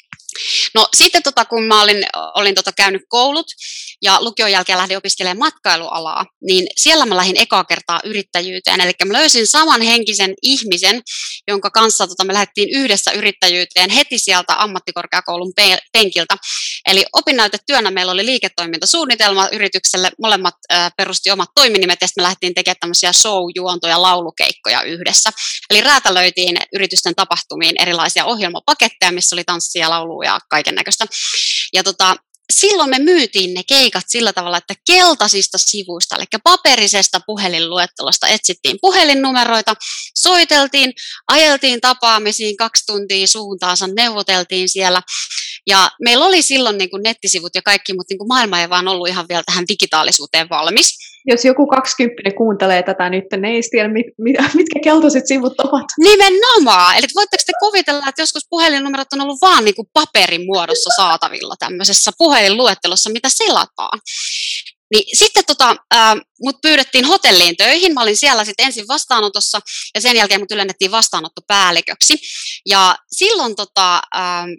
No sitten tota, kun mä olin, olin tota, käynyt koulut ja lukion jälkeen lähdin opiskelemaan matkailualaa, niin siellä mä lähdin ekaa kertaa yrittäjyyteen. Eli mä löysin samanhenkisen ihmisen, jonka kanssa tota, me lähdettiin yhdessä yrittäjyyteen heti sieltä ammattikorkeakoulun pe- penkiltä. Eli opinnäytetyönä meillä oli liiketoimintasuunnitelma yritykselle, molemmat äh, perusti omat toiminimet ja sitten me lähdettiin tekemään tämmöisiä show-juontoja, laulukeikkoja yhdessä. Eli räätälöitiin yritysten tapahtumiin erilaisia ohjelmapaketteja, missä oli tanssia, laulua ja kaiken näköistä. Ja tota, silloin me myytiin ne keikat sillä tavalla, että keltaisista sivuista, eli paperisesta puhelinluettelosta etsittiin puhelinnumeroita, soiteltiin, ajeltiin tapaamisiin kaksi tuntia suuntaansa, neuvoteltiin siellä. Ja meillä oli silloin niin kuin nettisivut ja kaikki, mutta niin kuin maailma ei vaan ollut ihan vielä tähän digitaalisuuteen valmis. Jos joku kaksikymppinen kuuntelee tätä nyt, ne ei tiedä, mit, mit, mitkä keltaiset sivut ovat. Nimenomaan. Eli voitteko te kuvitella, että joskus puhelinnumerot on ollut vaan niin kuin paperin muodossa saatavilla tämmöisessä puhelinluettelossa, mitä selataan. Niin sitten tota, äh, mut pyydettiin hotelliin töihin. Mä olin siellä sitten ensin vastaanotossa ja sen jälkeen mut ylennettiin vastaanottopäälliköksi. Ja silloin tota, äh,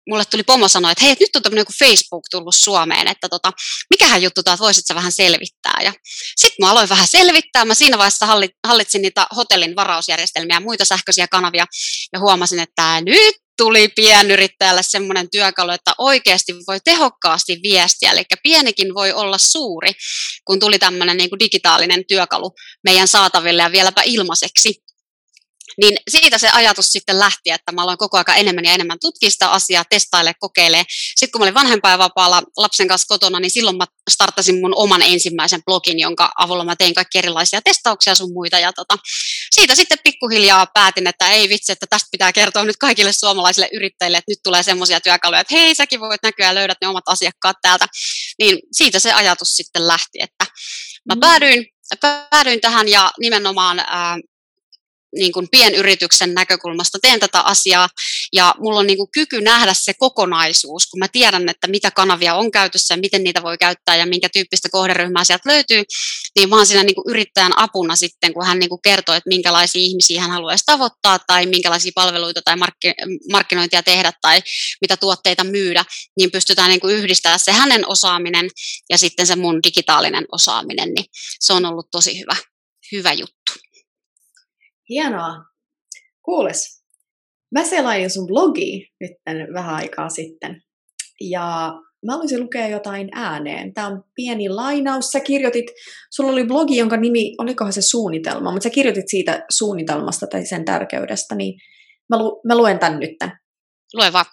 mulle tuli pomo sanoa, että hei, nyt on tämmöinen joku Facebook tullut Suomeen, että tota, mikähän juttu taas voisit sä vähän selvittää. Ja sitten mä aloin vähän selvittää, mä siinä vaiheessa hallitsin niitä hotellin varausjärjestelmiä ja muita sähköisiä kanavia ja huomasin, että nyt tuli pienyrittäjälle semmoinen työkalu, että oikeasti voi tehokkaasti viestiä, eli pienikin voi olla suuri, kun tuli tämmöinen niin kuin digitaalinen työkalu meidän saataville ja vieläpä ilmaiseksi. Niin siitä se ajatus sitten lähti, että mä aloin koko ajan enemmän ja enemmän tutkia sitä asiaa, testaile, kokeile. Sitten kun mä olin vanhempainvapaalla lapsen kanssa kotona, niin silloin mä startasin mun oman ensimmäisen blogin, jonka avulla mä tein kaikki erilaisia testauksia sun muita. Ja tota, siitä sitten pikkuhiljaa päätin, että ei vitsi, että tästä pitää kertoa nyt kaikille suomalaisille yrittäjille, että nyt tulee semmoisia työkaluja, että hei, säkin voit näkyä ja löydät ne omat asiakkaat täältä. Niin siitä se ajatus sitten lähti, että mä päädyin, päädyin tähän ja nimenomaan ää, niin kuin pienyrityksen näkökulmasta teen tätä asiaa ja mulla on niin kuin kyky nähdä se kokonaisuus, kun mä tiedän, että mitä kanavia on käytössä ja miten niitä voi käyttää ja minkä tyyppistä kohderyhmää sieltä löytyy, niin mä oon siinä niin kuin yrittäjän apuna sitten, kun hän niin kuin kertoo, että minkälaisia ihmisiä hän haluaisi tavoittaa tai minkälaisia palveluita tai markkinointia tehdä tai mitä tuotteita myydä, niin pystytään niin kuin yhdistämään se hänen osaaminen ja sitten se mun digitaalinen osaaminen, niin se on ollut tosi hyvä, hyvä juttu. Hienoa. Kuules, mä selailin sun blogia nyt vähän aikaa sitten ja mä haluaisin lukea jotain ääneen. Tää on pieni lainaus. Sä kirjoitit, sulla oli blogi, jonka nimi, olikohan se suunnitelma, mutta sä kirjoitit siitä suunnitelmasta tai sen tärkeydestä, niin mä, lu, mä luen tän nyt. Lue vaan.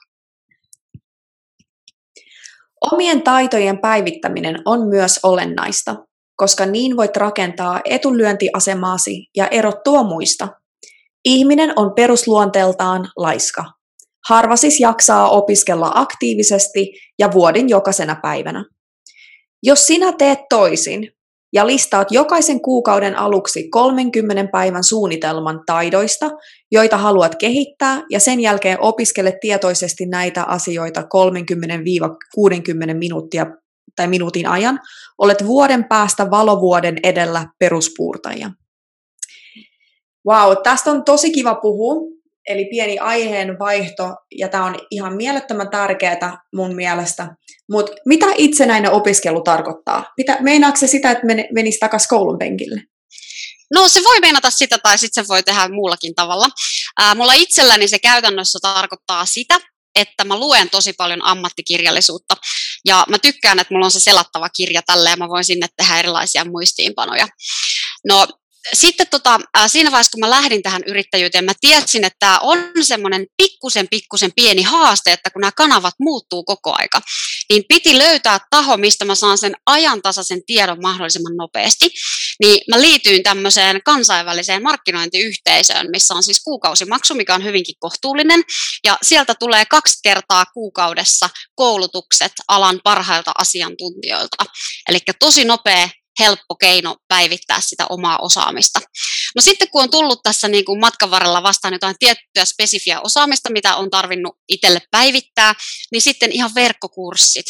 Omien taitojen päivittäminen on myös olennaista, koska niin voit rakentaa etulyöntiasemaasi ja erottua muista. Ihminen on perusluonteeltaan laiska. Harva siis jaksaa opiskella aktiivisesti ja vuoden jokaisena päivänä. Jos sinä teet toisin ja listaat jokaisen kuukauden aluksi kolmenkymmenen päivän suunnitelman taidoista, joita haluat kehittää, ja sen jälkeen opiskele tietoisesti näitä asioita kolmekymmentä kuusikymmentä minuuttia tai minuutin ajan, olet vuoden päästä valovuoden edellä peruspuurtajia. Wow, tästä on tosi kiva puhua, eli pieni aiheen vaihto, ja tämä on ihan mielettömän tärkeää mun mielestä. Mutta mitä itsenäinen opiskelu tarkoittaa? Mitä, meinaako se sitä, että menisi takaisin koulun penkille? No se voi meinata sitä, tai sitten se voi tehdä muullakin tavalla. Ää, mulla itselläni se käytännössä tarkoittaa sitä, että mä luen tosi paljon ammattikirjallisuutta. Ja mä tykkään, että mulla on se selattava kirja tälle ja mä voin sinne tehdä erilaisia muistiinpanoja. No sitten tota, siinä vaiheessa, kun mä lähdin tähän yrittäjyyteen, mä tiesin, että tämä on semmoinen pikkusen, pikkusen pieni haaste, että kun nämä kanavat muuttuu koko aika, niin piti löytää taho, mistä mä saan sen ajantasaisen tiedon mahdollisimman nopeasti. Niin mä liityin tämmöiseen kansainväliseen markkinointiyhteisöön, missä on siis kuukausimaksu, mikä on hyvinkin kohtuullinen, ja sieltä tulee kaksi kertaa kuukaudessa koulutukset alan parhailta asiantuntijoilta. Eli tosi nopea, helppo keino päivittää sitä omaa osaamista. No sitten kun on tullut tässä niin kuin matkan varrella vastaan jotain tiettyä spesifiä osaamista, mitä on tarvinnut itselle päivittää, niin sitten ihan verkkokurssit.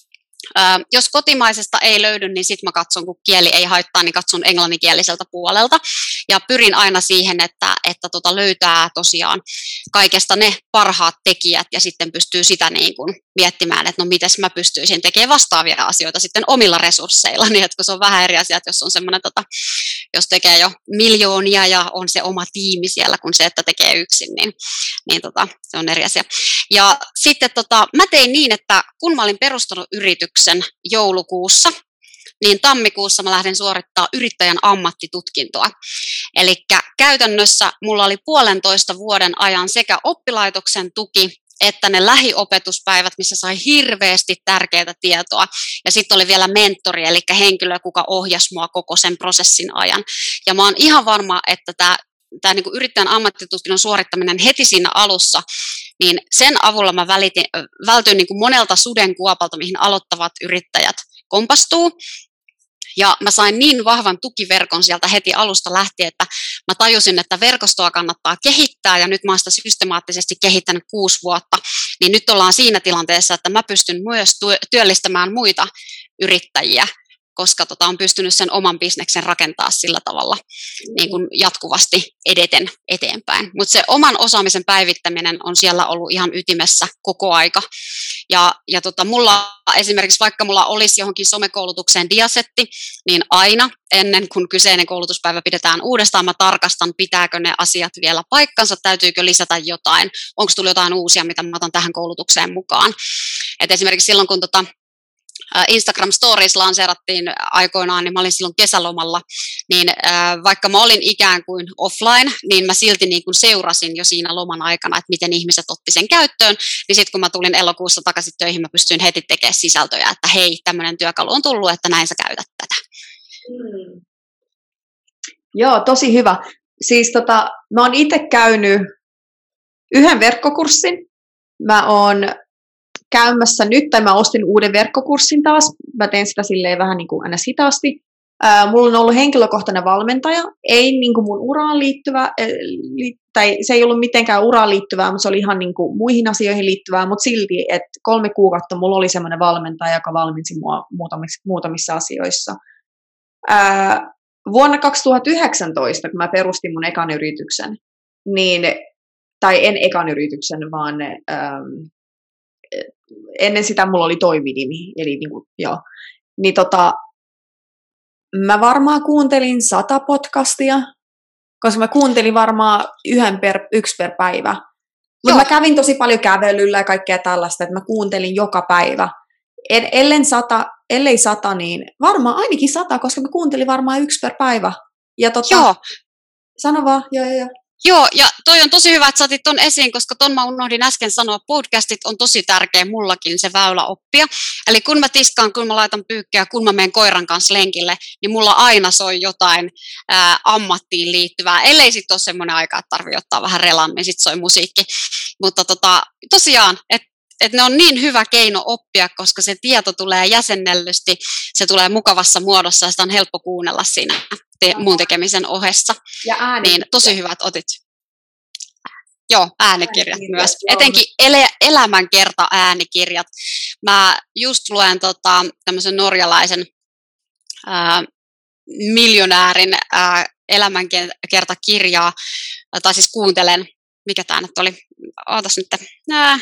Ö, jos kotimaisesta ei löydy, niin sitten mä katson, kun kieli ei haittaa, niin katson englanninkieliseltä puolelta. Ja pyrin aina siihen, että, että tota löytää tosiaan kaikesta ne parhaat tekijät ja sitten pystyy sitä niin kuin miettimään, että no mites mä pystyisin tekemään vastaavia asioita sitten omilla resursseilla, niin että kun se on vähän eri asia, että jos on semmoinen, tota, jos tekee jo miljoonia ja on se oma tiimi siellä, kun se, että tekee yksin, niin, niin tota, se on eri asia. Ja sitten tota, mä tein niin, että kun mä olin perustanut yrityksen joulukuussa, niin tammikuussa mä lähdin suorittaa yrittäjän ammattitutkintoa. Eli käytännössä mulla oli puolentoista vuoden ajan sekä oppilaitoksen tuki, että ne lähiopetuspäivät, missä sai hirveästi tärkeää tietoa. Ja sitten oli vielä mentori, eli henkilö, kuka ohjasi mua koko sen prosessin ajan. Ja mä oon ihan varma, että tämä tämä niin kuin yrittäjän ammattitutkinnon suorittaminen heti siinä alussa, niin sen avulla mä välitin, vältyin niin kuin monelta sudenkuopalta, mihin aloittavat yrittäjät kompastuu. Ja mä sain niin vahvan tukiverkon sieltä heti alusta lähtien, että mä tajusin, että verkostoa kannattaa kehittää, ja nyt mä oon sitä systemaattisesti kehittänyt kuusi vuotta. Niin nyt ollaan siinä tilanteessa, että mä pystyn myös työllistämään muita yrittäjiä koska tota, on pystynyt sen oman bisneksen rakentaa sillä tavalla niin kuin jatkuvasti edeten eteenpäin. Mutta se oman osaamisen päivittäminen on siellä ollut ihan ytimessä koko aika. Ja, ja tota, mulla esimerkiksi vaikka mulla olisi johonkin somekoulutukseen diasetti, niin aina ennen kuin kyseinen koulutuspäivä pidetään uudestaan, mä tarkastan, pitääkö ne asiat vielä paikkansa, täytyykö lisätä jotain, onko tullut jotain uusia, mitä mä otan tähän koulutukseen mukaan. Et esimerkiksi silloin, kun tota Instagram Stories lanseerattiin aikoinaan, niin mä olin silloin kesälomalla, niin äh, vaikka mä olin ikään kuin offline, niin mä silti niin kuin seurasin jo siinä loman aikana, että miten ihmiset otti sen käyttöön, niin sitten kun mä tulin elokuussa takaisin töihin, mä pystyin heti tekemään sisältöjä, että hei, tämmöinen työkalu on tullut, että näin sä käytät tätä. Mm. Joo, tosi hyvä. Siis tota, mä oon itse käynyt yhden verkkokurssin, mä oon käymässä nyt, tai mä ostin uuden verkkokurssin taas. Mä teen sitä silleen vähän niin kuin aina hitaasti. Ää, mulla on ollut henkilökohtainen valmentaja, ei niin kuin mun uraan liittyvä, li, tai se ei ollut mitenkään uraan liittyvää, mutta se oli ihan niin kuin muihin asioihin liittyvää, mutta silti, että kolme kuukautta mulla oli semmoinen valmentaja, joka valmensi mua muutamissa, muutamissa asioissa. Ää, vuonna kaksituhattayhdeksäntoista, kun mä perustin mun ekan yrityksen, niin, tai en ekan yrityksen, vaan ähm, ennen sitä mulla oli toiminimi, eli niin kuin, joo, niin tota, mä varmaan kuuntelin sata podcastia, koska mä kuuntelin varmaan yhden per, yksi per päivä. Mutta mä kävin tosi paljon kävelyllä ja kaikkea tällaista, että mä kuuntelin joka päivä. En, ellen sata, ellei sata, niin varmaan ainakin sata, koska mä kuuntelin varmaan yksi per päivä. Ja tota, joo. Sano vaan, joo, joo, joo. Joo, ja toi on tosi hyvä, että sä otit ton esiin, koska ton mä unohdin äsken sanoa, podcastit on tosi tärkeä mullakin se väylä oppia. Eli kun mä tiskaan, kun mä laitan pyykkiä, kun mä menen koiran kanssa lenkille, niin mulla aina soi jotain ää, ammattiin liittyvää. Ellei sit ole semmoinen aika, että tarvii ottaa vähän relan, niin sit soi musiikki. Mutta tota, tosiaan, että et ne on niin hyvä keino oppia, koska se tieto tulee jäsennellysti, se tulee mukavassa muodossa ja sitä on helppo kuunnella siinä te- muun tekemisen ohessa. Ja ääni. Niin tosi hyvät otit. Joo, äänikirjat, äänikirjat myös. Joo. Etenkin ele- elämänkerta äänikirjat. Mä just luen tota, tämmöisen norjalaisen ää, miljonäärin ää, elämänkertakirjaa, tai siis kuuntelen, mikä tää nyt oli, ootas nyt, nää.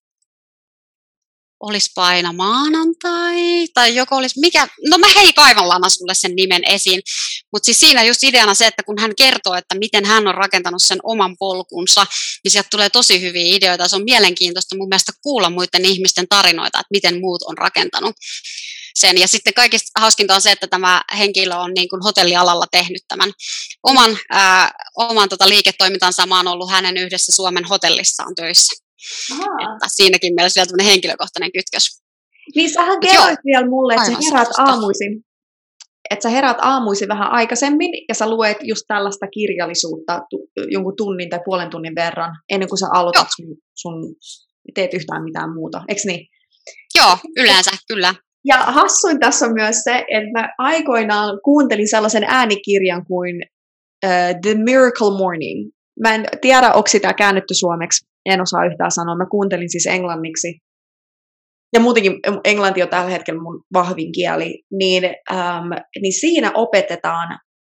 Olisi paina maanantai, tai joko olisi, mikä, no mä hei kaivan Lana sulle sen nimen esiin, mutta siis siinä just ideana se, että kun hän kertoo, että miten hän on rakentanut sen oman polkunsa, niin sieltä tulee tosi hyviä ideoita, se on mielenkiintoista mun mielestä kuulla muiden ihmisten tarinoita, että miten muut on rakentanut sen, ja sitten kaikista hauskinta on se, että tämä henkilö on niin kuin hotellialalla tehnyt tämän oman, ää, oman tota liiketoimintansa, mä oon ollut hänen yhdessä Suomen hotellissaan töissä. Että siinäkin mielessä vielä tämmöinen henkilökohtainen kytkös. Niin sähän kerroit vielä mulle, että sä herät aamuisin, että sä herät aamuisin vähän aikaisemmin ja sä luet just tällaista kirjallisuutta tu- jonkun tunnin tai puolen tunnin verran ennen kuin sä aloitat sun, sun, teet yhtään mitään muuta, eikö niin? Joo, yleensä, kyllä. Ja hassuin tässä on myös se, että mä aikoinaan kuuntelin sellaisen äänikirjan kuin uh, The Miracle Morning. Mä en tiedä, onko sitä käännetty suomeksi. En osaa yhtään sanoa. Mä kuuntelin siis englanniksi. Ja muutenkin englanti on tällä hetkellä mun vahvin kieli. Niin, ähm, niin siinä opetetaan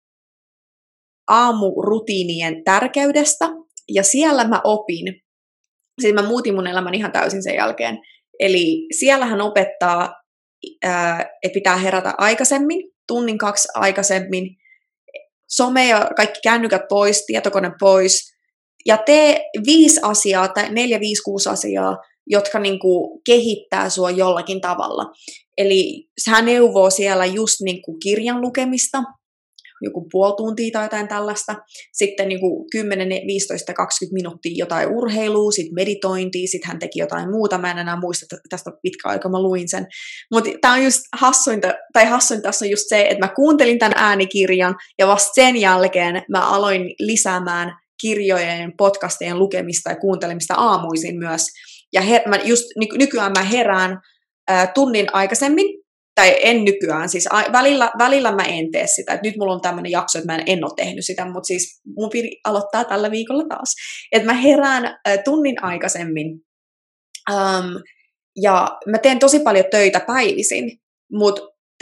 aamurutiinien tärkeydestä. Ja siellä mä opin. Siis mä muutin mun elämän ihan täysin sen jälkeen. Eli siellä hän opettaa, äh, että pitää herätä aikaisemmin. Tunnin kaksi aikaisemmin. Some ja kaikki kännykät pois, tietokone pois. Ja tee viisi asiaa, tai neljä, viisi, kuusi asiaa, jotka niinku kehittää sua jollakin tavalla. Eli hän neuvoo siellä just niinku kirjan lukemista, joku puoli tuntia tai jotain tällaista. Sitten niinku kymmenen, viisitoista, kaksikymmentä minuuttia jotain urheilua, sitten meditointia, sitten hän teki jotain muuta. Mä en enää muista, tästä pitkä aika mä luin sen. Mutta tämä on just hassuinta, tai hassuinta tässä on just se, että mä kuuntelin tämän äänikirjan, ja vasta sen jälkeen mä aloin lisäämään kirjojen, podcastien lukemista ja kuuntelemista aamuisin myös. Ja her- mä just ny- nykyään mä herään ää, tunnin aikaisemmin, tai en nykyään, siis a- välillä, välillä mä en tee sitä. Et nyt mulla on tämmöinen jakso, että mä en, en ole tehnyt sitä, mutta siis mun piti aloittaa tällä viikolla taas. Että mä herään ää, tunnin aikaisemmin, um, ja mä teen tosi paljon töitä päivisin, mutta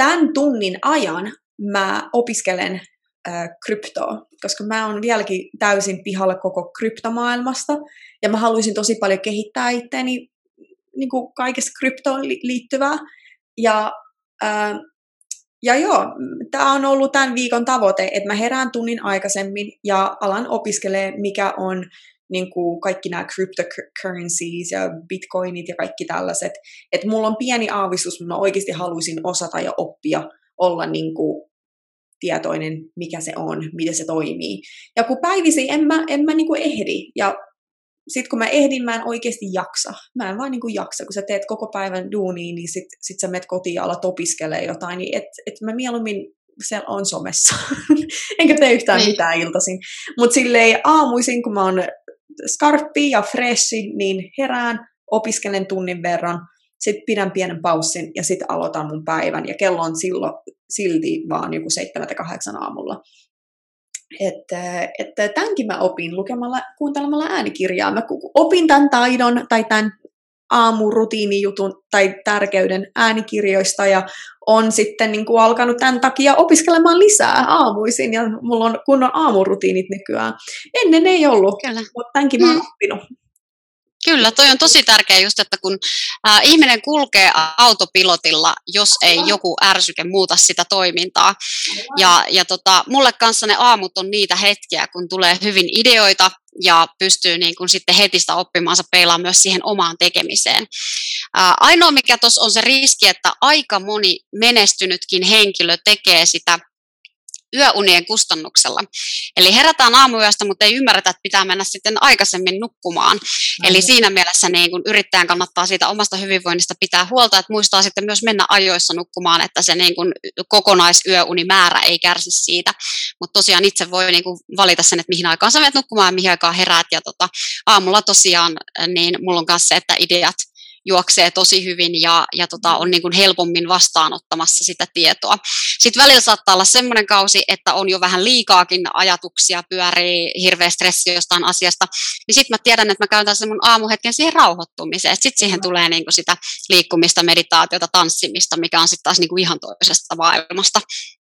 tämän tunnin ajan mä opiskelen äh, kryptoa, koska mä oon vieläkin täysin pihalla koko kryptomaailmasta, ja mä haluaisin tosi paljon kehittää itseäni niin kuin kaikesta kryptoon li- liittyvää. Ja, äh, ja joo, tämä on ollut tämän viikon tavoite, että mä herään tunnin aikaisemmin ja alan opiskelee, mikä on niin kuin kaikki nämä cryptocurrencies ja bitcoinit ja kaikki tällaiset. Että mulla on pieni aavistus, mutta mä oikeasti haluaisin osata ja oppia, olla niin kuin tietoinen, mikä se on, miten se toimii. Ja kun päivisin en mä, en mä niin kuin ehdi. Ja sitten kun mä ehdin, mä en oikeasti jaksa. Mä en vaan niin kuin jaksa. Kun sä teet koko päivän duunia, niin sit, sit sä menet kotiin ja alat opiskelemaan jotain. Niin et, et mä mieluummin siellä on somessa. Enkä tee yhtään niin. mitään iltaisin. Mutta silleen aamuisin, kun mä oon skarppi ja freshi, niin herään, opiskelen tunnin verran, sitten pidän pienen paussin ja sitten aloitan mun päivän. Ja kello on silloin, silti vaan joku seitsemältä kahdeksan aamulla. Että, että tämänkin mä opin lukemalla, kuuntelemalla äänikirjaa. Mä opin tämän taidon tai tämän aamurutiinijutun tai tärkeyden äänikirjoista ja on sitten niin kuin alkanut tämän takia opiskelemaan lisää aamuisin ja mulla on kunnon aamurutiinit nykyään. Ennen ei ollut, Kyllä. mutta tämänkin mm. mä oon oppinut. Kyllä, toi on tosi tärkeä just, että kun äh, ihminen kulkee autopilotilla, jos ei joku ärsyke muuta sitä toimintaa. Ja, ja tota, mulle kanssa ne aamut on niitä hetkiä, kun tulee hyvin ideoita ja pystyy niin kun sitten heti sitä oppimaansa peilaamaan myös siihen omaan tekemiseen. Äh, ainoa mikä tuossa on se riski, että aika moni menestynytkin henkilö tekee sitä yöunien kustannuksella. Eli herätään aamuyöstä, mutta ei ymmärretä, että pitää mennä sitten aikaisemmin nukkumaan. Mm. Eli siinä mielessä niin kun yrittäjän kannattaa siitä omasta hyvinvoinnista pitää huolta, että muistaa sitten myös mennä ajoissa nukkumaan, että se niin kun kokonaisyöunimäärä ei kärsi siitä. Mutta tosiaan itse voi niin kun valita sen, että mihin aikaan sä menet nukkumaan ja mihin aikaan heräät. Ja tota, aamulla tosiaan niin mulla on kanssa se, että ideat juoksee tosi hyvin ja, ja tota, on niin kuin helpommin vastaanottamassa sitä tietoa. Sitten välillä saattaa olla semmoinen kausi, että on jo vähän liikaakin ajatuksia, pyörii hirveä stressi jostain asiasta, niin sitten mä tiedän, että mä käytän sen mun aamuhetken siihen rauhoittumiseen. Sitten siihen tulee niin kuin sitä liikkumista, meditaatiota, tanssimista, mikä on sitten taas niin kuin ihan toisesta maailmasta.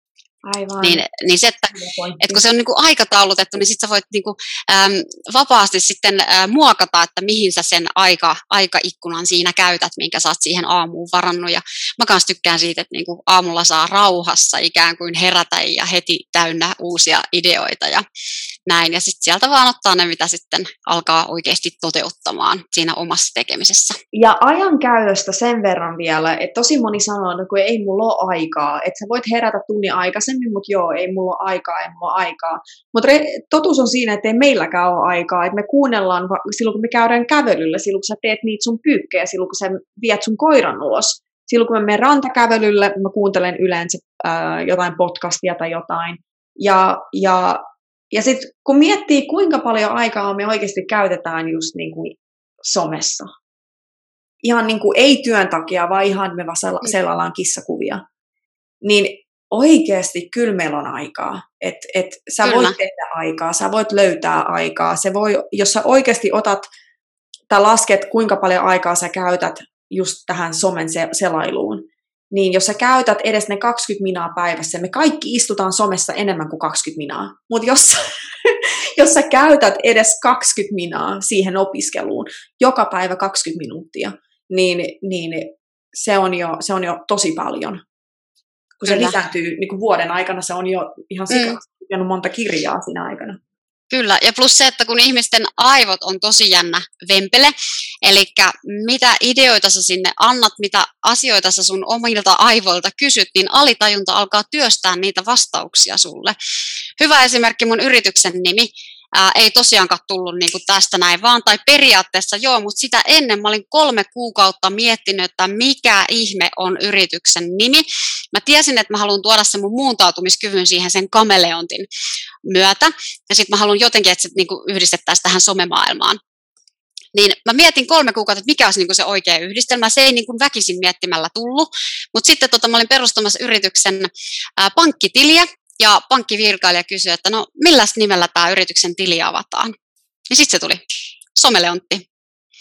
Aivan. Niin, niin se, että, että kun se on niin kuin aikataulutettu, niin sitten sä voit niin kuin, äm, vapaasti sitten ä, muokata, että mihin sä sen aika, aikaikkunan siinä käytät, minkä sä oot siihen aamuun varannut. Ja mä kans tykkään siitä, että niin kuin aamulla saa rauhassa ikään kuin herätä ja heti täynnä uusia ideoita ja näin. Ja sitten sieltä vaan ottaa ne, mitä sitten alkaa oikeasti toteuttamaan siinä omassa tekemisessä. Ja ajankäytöstä sen verran vielä, että tosi moni sanoo, että kun ei mulla ole aikaa, että sä voit herätä tunnin aikaisemmin, mutta joo, ei mulla ole aikaa, ei mulla ole aikaa. Mutta totuus on siinä, että ei meilläkään ole aikaa, että me kuunnellaan silloin, kun me käydään kävelyllä, silloin, kun sä teet niitä sun pyykkejä, silloin, kun sä viet sun koiran ulos. Silloin, kun mä menen rantakävelylle, mä kuuntelen yleensä ää, jotain podcastia tai jotain. Ja, ja Ja sitten kun miettii, kuinka paljon aikaa me oikeasti käytetään just niin kuin somessa, ihan niin kuin ei työn takia, vaan ihan me vaan sellaillaan kissakuvia, niin oikeasti kyllä meillä on aikaa. Että et sä kyllä. voit tehdä aikaa, sä voit löytää aikaa. Se voi, jos sä oikeasti otat tai lasket, kuinka paljon aikaa sä käytät just tähän somen selailuun, niin jos sä käytät edes ne kaksikymmentä minaa päivässä, me kaikki istutaan somessa enemmän kuin kaksikymmentä minaa, mutta jos, jos sä käytät edes kaksikymmentä minaa siihen opiskeluun, joka päivä kaksikymmentä minuuttia, niin, niin se, on jo, se on jo tosi paljon. Kun se Kyllä. lisääntyy niin kuin vuoden aikana, se on jo ihan sikana, mm. monta kirjaa siinä aikana. Kyllä, ja plus se, että kun ihmisten aivot on tosi jännä vempele, eli mitä ideoita sä sinne annat, mitä asioita sä sun omilta aivoilta kysyt, niin alitajunta alkaa työstää niitä vastauksia sulle. Hyvä esimerkki mun yrityksen nimi. Ää, ei tosiaankaan tullut niin kuin tästä näin vaan, tai periaatteessa joo, mutta sitä ennen mä olin kolme kuukautta miettinyt, että mikä ihme on yrityksen nimi. Mä tiesin, että mä haluan tuoda sen mun muuntautumiskyvyn siihen sen kameleontin myötä, ja sitten mä haluan jotenkin, että se niin kuin yhdistettäisiin tähän somemaailmaan. Niin mä mietin kolme kuukautta, että mikä olisi niin kuin se oikea yhdistelmä. Se ei niin kuin väkisin miettimällä tullut, mutta sitten tota, mä olin perustamassa yrityksen ää, pankkitiliä, ja pankkivirkailija kysyi, että no milläs nimellä tämä yrityksen tili avataan. Ja sitten se tuli, Someleontti.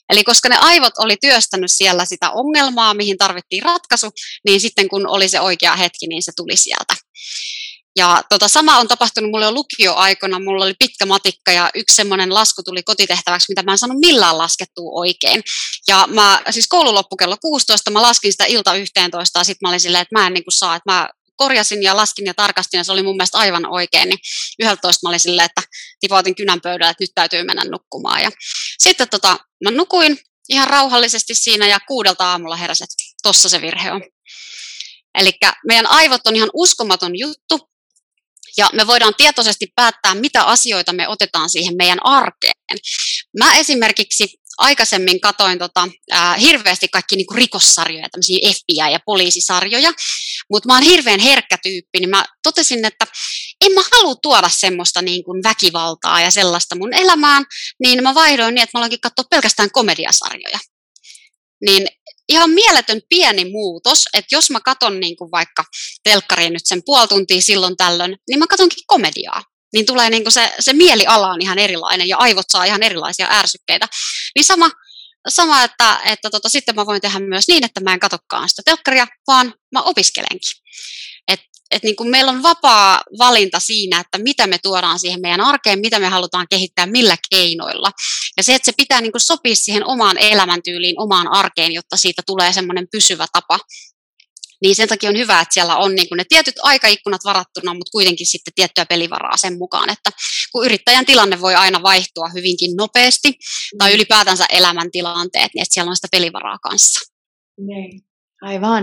Eli koska ne aivot oli työstänyt siellä sitä ongelmaa, mihin tarvittiin ratkaisu, niin sitten kun oli se oikea hetki, niin se tuli sieltä. Ja tota, sama on tapahtunut mulle jo lukioaikana, mulla oli pitkä matikka ja yksi semmoinen lasku tuli kotitehtäväksi, mitä mä en saanut millään laskettua oikein. Ja mä, siis koulu loppui kello kuusitoista, mä laskin sitä ilta yhteentoista ja sitten mä olin silleen, että mä en niin kuin saa, että mä korjasin ja laskin ja tarkastin ja se oli mun mielestä aivan oikein, niin yhdeltätoista mä olin silleen, että tipautin kynän pöydälle, että nyt täytyy mennä nukkumaan. Ja sitten tota, mä nukuin ihan rauhallisesti siinä ja kuudelta aamulla heräsin, että tossa se virhe on. Eli meidän aivot on ihan uskomaton juttu. Ja me voidaan tietoisesti päättää, mitä asioita me otetaan siihen meidän arkeen. Mä esimerkiksi aikaisemmin katoin tota, ää, hirveästi kaikki niinku rikossarjoja, tämmöisiä F B I- ja poliisisarjoja, mutta mä oon hirveän herkkä tyyppi, niin mä totesin, että en mä halua tuoda semmoista niinku väkivaltaa ja sellaista mun elämään, niin mä vaihdoin niin, että mä aloinkin katsoa pelkästään komediasarjoja. Niin ihan mieletön pieni muutos, että jos mä katon niin kuin vaikka telkkariin nyt sen puoli tuntia silloin tällöin, niin mä katonkin komediaa. Niin tulee niin kuin se, se mieliala on ihan erilainen ja aivot saa ihan erilaisia ärsykkeitä. Niin sama, sama että, että tota, sitten mä voin tehdä myös niin, että mä en katsokaan sitä telkkaria, vaan mä opiskelenkin. Et, et niin kuin meillä on vapaa valinta siinä, että mitä me tuodaan siihen meidän arkeen, mitä me halutaan kehittää, millä keinoilla. Ja se, että se pitää niin kuin sopia siihen omaan elämäntyyliin, omaan arkeen, jotta siitä tulee semmoinen pysyvä tapa. Niin sen takia on hyvä, että siellä on niin kuin ne tietyt aikaikkunat varattuna, mutta kuitenkin sitten tiettyä pelivaraa sen mukaan, että kun yrittäjän tilanne voi aina vaihtua hyvinkin nopeasti, tai ylipäätänsä elämäntilanteet, niin että siellä on sitä pelivaraa kanssa. Niin, aivan.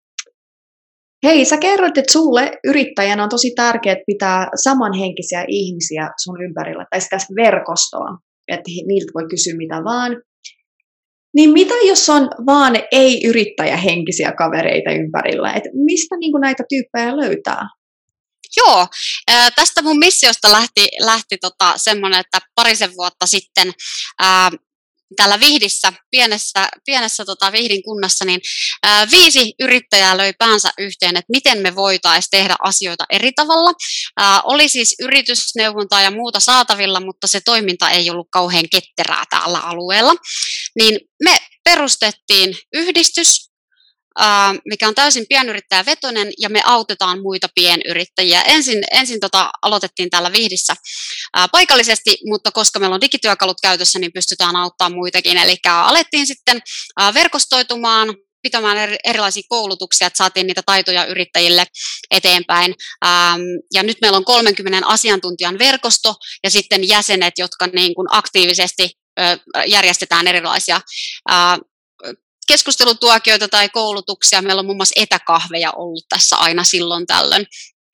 Hei, sä kerroit, että sulle yrittäjänä on tosi tärkeää pitää samanhenkisiä ihmisiä sun ympärillä, tai sitä verkostoa, että niiltä voi kysyä mitä vaan. Niin mitä jos on vaan ei-yrittäjähenkisiä kavereita ympärillä, että mistä niin kuin näitä tyyppejä löytää? Joo, ää, tästä mun missiosta lähti, lähti tota semmoinen, että parisen vuotta sitten ää, täällä Vihdissä, pienessä, pienessä tota Vihdin kunnassa, niin ää, viisi yrittäjää löi päänsä yhteen, että miten me voitaisiin tehdä asioita eri tavalla. Ää, oli siis yritysneuvontaa ja muuta saatavilla, mutta se toiminta ei ollut kauhean ketterää tällä alueella. Niin me perustettiin yhdistys, ää, mikä on täysin pienyrittäjävetoinen, ja me autetaan muita pienyrittäjiä. Ensin, ensin tota, aloitettiin täällä Vihdissä ää, paikallisesti, mutta koska meillä on digityökalut käytössä, niin pystytään auttamaan muitakin. Eli alettiin sitten ää, verkostoitumaan, pitämään erilaisia koulutuksia, että saatiin niitä taitoja yrittäjille eteenpäin. Ähm, ja nyt meillä on kolmenkymmenen asiantuntijan verkosto ja sitten jäsenet, jotka niin kuin aktiivisesti ö, järjestetään erilaisia ö, keskustelutuokioita tai koulutuksia. Meillä on muun muassa etäkahveja ollut tässä aina silloin tällöin.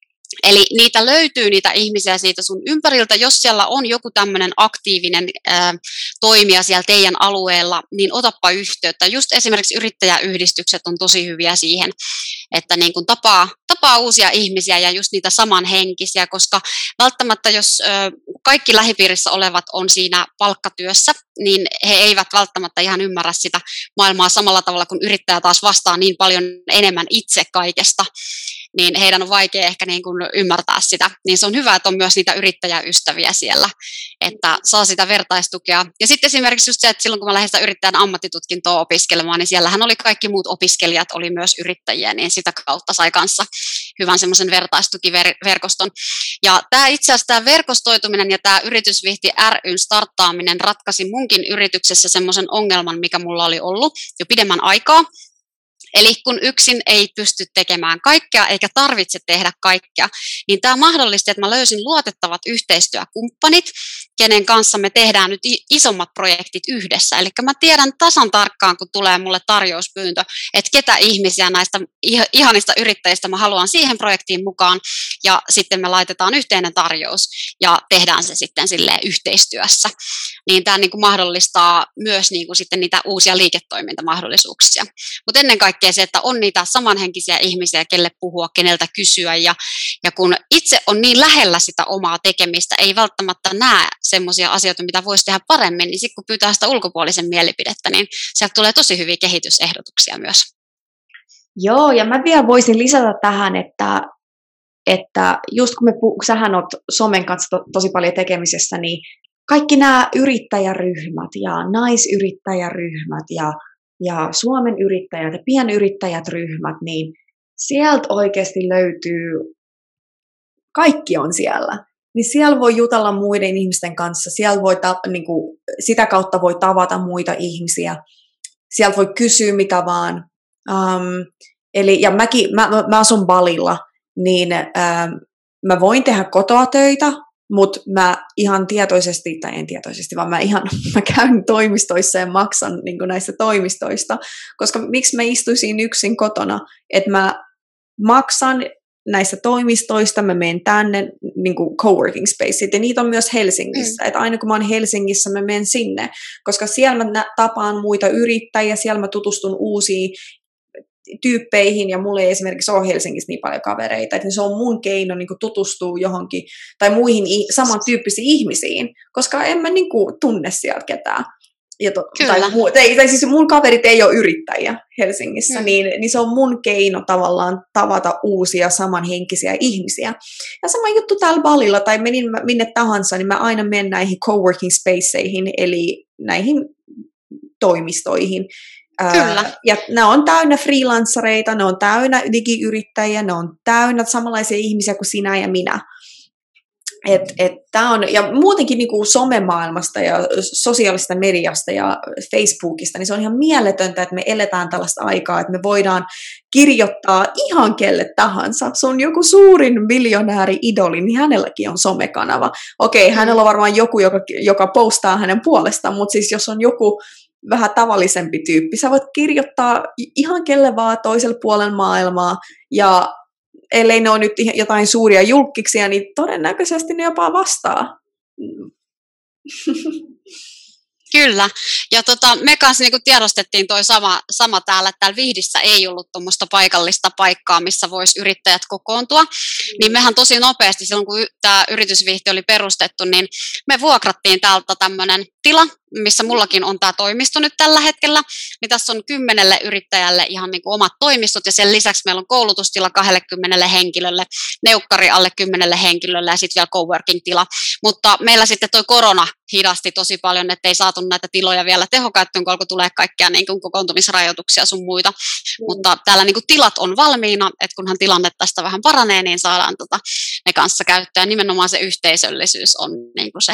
Eli niitä löytyy niitä ihmisiä siitä sun ympäriltä, jos siellä on joku tämmöinen aktiivinen ää, toimija siellä teidän alueella, niin otappa yhteyttä. Just esimerkiksi yrittäjäyhdistykset on tosi hyviä siihen, että niin kun tapaa, tapaa uusia ihmisiä ja just niitä samanhenkisiä, koska välttämättä jos ä, kaikki lähipiirissä olevat on siinä palkkatyössä, niin he eivät välttämättä ihan ymmärrä sitä maailmaa samalla tavalla, kun yrittäjä taas vastaa niin paljon enemmän itse kaikesta, niin heidän on vaikea ehkä niin kuin ymmärtää sitä. Niin se on hyvä, että on myös niitä yrittäjäystäviä siellä, että saa sitä vertaistukea. Ja sitten esimerkiksi just se, että silloin kun mä lähdin sitä yrittäjän ammattitutkintoa opiskelemaan, niin siellähän oli kaikki muut opiskelijat, oli myös yrittäjiä, niin sitä kautta sai kanssa hyvän semmoisen vertaistukiverkoston. Ja tämä itse asiassa tämä verkostoituminen ja tämä Yritysvihti ry:n starttaaminen ratkaisi munkin yrityksessä semmoisen ongelman, mikä mulla oli ollut jo pidemmän aikaa. Eli kun yksin ei pysty tekemään kaikkea eikä tarvitse tehdä kaikkea, niin tämä mahdollisti, että mä löysin luotettavat yhteistyökumppanit, kenen kanssa me tehdään nyt isommat projektit yhdessä. Eli mä tiedän tasan tarkkaan, kun tulee mulle tarjouspyyntö, että ketä ihmisiä näistä ihanista yrittäjistä mä haluan siihen projektiin mukaan, ja sitten me laitetaan yhteinen tarjous ja tehdään se sitten silleen yhteistyössä. Niin tämä niin kuin mahdollistaa myös niin kuin sitten niitä uusia liiketoimintamahdollisuuksia. Mutta ennen kaikkea se, että on niitä samanhenkisiä ihmisiä, kelle puhua, keneltä kysyä. Ja, ja kun itse on niin lähellä sitä omaa tekemistä, ei välttämättä näe semmoisia asioita, mitä voisi tehdä paremmin, niin sitten kun pyytää sitä ulkopuolisen mielipidettä, niin sieltä tulee tosi hyviä kehitysehdotuksia myös. Joo, ja mä vielä voisin lisätä tähän, että, että just kun me puh- sähän oot somen kanssa to- tosi paljon tekemisessä, niin kaikki nämä yrittäjäryhmät ja naisyrittäjäryhmät ja, ja Suomen yrittäjät ja pienyrittäjät ryhmät, niin sieltä oikeasti löytyy, kaikki on siellä. Niin siellä voi jutella muiden ihmisten kanssa, siellä voi ta, niin kuin, sitä kautta voi tavata muita ihmisiä, sieltä voi kysyä mitä vaan. Um, eli, ja mäkin, mä, mä asun Balilla, niin ähm, mä voin tehdä kotoa töitä, mutta mä ihan tietoisesti, tai en tietoisesti, vaan mä ihan mä käyn toimistoissa ja maksan niin kuin näistä toimistoista, koska miksi mä istuisin yksin kotona, että mä maksan näistä toimistoista, mä menen tänne niin kuin coworking spaceit, ja niitä on myös Helsingissä, mm. että aina kun mä oon Helsingissä, mä menen sinne, koska siellä mä tapaan muita yrittäjiä, siellä mä tutustun uusiin tyyppeihin, ja mulla ei esimerkiksi ole Helsingissä niin paljon kavereita, että se on mun keino niin kuin tutustua johonkin, tai muihin samantyyppisiin ihmisiin, koska en mä niin kuin tunne sieltä ketään. Ja to, tai, muu, tai, tai siis mun kaverit ei ole yrittäjiä Helsingissä, mm. niin, niin se on mun keino tavallaan tavata uusia samanhenkisiä ihmisiä. Ja sama juttu täällä Balilla, tai menin minne tahansa, niin mä aina menen näihin coworking spaceihin, eli näihin toimistoihin. Kyllä. Uh, ja ne on täynnä freelancereita, ne on täynnä digiyrittäjiä, ne on täynnä samanlaisia ihmisiä kuin sinä ja minä. Et, et tää on, ja muutenkin niin kuin somemaailmasta ja sosiaalista mediasta ja Facebookista, niin se on ihan mieletöntä, että me eletään tällaista aikaa, että me voidaan kirjoittaa ihan kelle tahansa. Se on joku suurin miljonääri-idoli, niin hänelläkin on somekanava. Okei, hänellä on varmaan joku, joka, joka postaa hänen puolestaan, mutta siis jos on joku vähän tavallisempi tyyppi, sä voit kirjoittaa ihan kelle vaan toisella puolella maailmaa, ja ellei ne ole nyt jotain suuria julkkiksia, niin todennäköisesti ne jopa vastaa. Kyllä, ja tota, me kanssa niin tiedostettiin toi sama, sama täällä, että täällä Vihdissä ei ollut tuommoista paikallista paikkaa, missä voisi yrittäjät kokoontua, mm. niin mehän tosi nopeasti silloin, kun tämä yritysvihti oli perustettu, niin me vuokrattiin täältä tämmöinen tila, missä mullakin on tämä toimisto nyt tällä hetkellä, niin tässä on kymmenelle yrittäjälle ihan niin kuin omat toimistot, ja sen lisäksi meillä on koulutustila kaksikymmentä henkilölle, neukkari alle kymmenelle henkilölle, ja sitten vielä coworking-tila, mutta meillä sitten toi korona hidasti tosi paljon, ettei saatu näitä tiloja vielä tehokäyttöön, kun alkoi tulee kaikkia niin kuin kokoontumisrajoituksia sun muita, mm. mutta täällä niin kuin tilat on valmiina, että kunhan tilanne tästä vähän paranee, niin saadaan tota, ne kanssa käyttöön, nimenomaan se yhteisöllisyys on niin kuin se,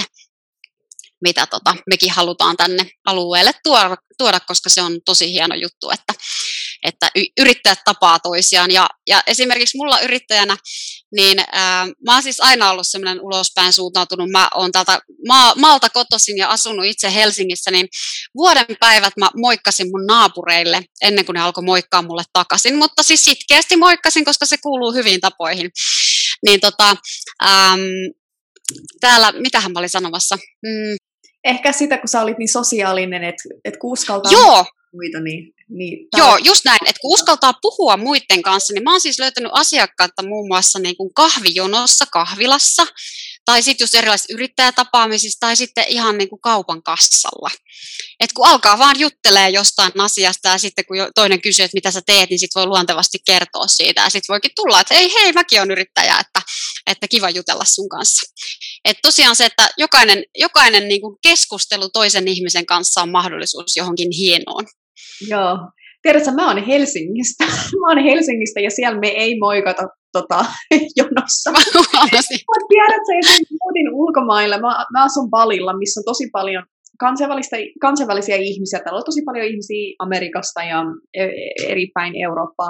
mitä tota, mekin halutaan tänne alueelle tuoda, tuoda, koska se on tosi hieno juttu, että, että yrittäjät tapaa toisiaan. Ja, ja esimerkiksi mulla yrittäjänä, niin ää, mä oon siis aina ollut semmoinen ulospäin suuntautunut. Mä oon täältä maa, maalta kotoisin ja asunut itse Helsingissä, niin vuoden päivät mä moikkasin mun naapureille ennen kuin ne alkoi moikkaa mulle takaisin. Mutta siis sitkeästi moikkasin, koska se kuuluu hyviin tapoihin. Niin tota... Ähm, Täällä, mitähän mä olin sanomassa? Mm. Ehkä sitä, kun sä olit niin sosiaalinen, että et kun uskaltaa Joo. muita, niin... niin Joo, just näin, että kun uskaltaa puhua muiden kanssa, niin mä oon siis löytänyt asiakkaita muun muassa niin kuin kahvijonossa, kahvilassa, tai sitten just erilaisissa yrittäjätapaamisissa, tai sitten ihan niin kuin kaupan kassalla. Et kun alkaa vaan juttelee jostain asiasta, ja sitten kun toinen kysyy, että mitä sä teet, niin sitten voi luontevasti kertoa siitä, ja sitten voikin tulla, että hei, hei, mäkin olen yrittäjä, että, että kiva jutella sun kanssa. Et tosiaan se, että jokainen, jokainen niin kuin keskustelu toisen ihmisen kanssa on mahdollisuus johonkin hienoon. Joo. Tiedätkö, mä oon Helsingistä. Mä oon Helsingistä ja siellä me ei moikata tota, jonossa. Mä tiedätkö, että muutin ulkomailla. Mä, mä asun Balilla, missä on tosi paljon kansainvälisiä ihmisiä. Täällä on tosi paljon ihmisiä Amerikasta ja eri päin Eurooppaa.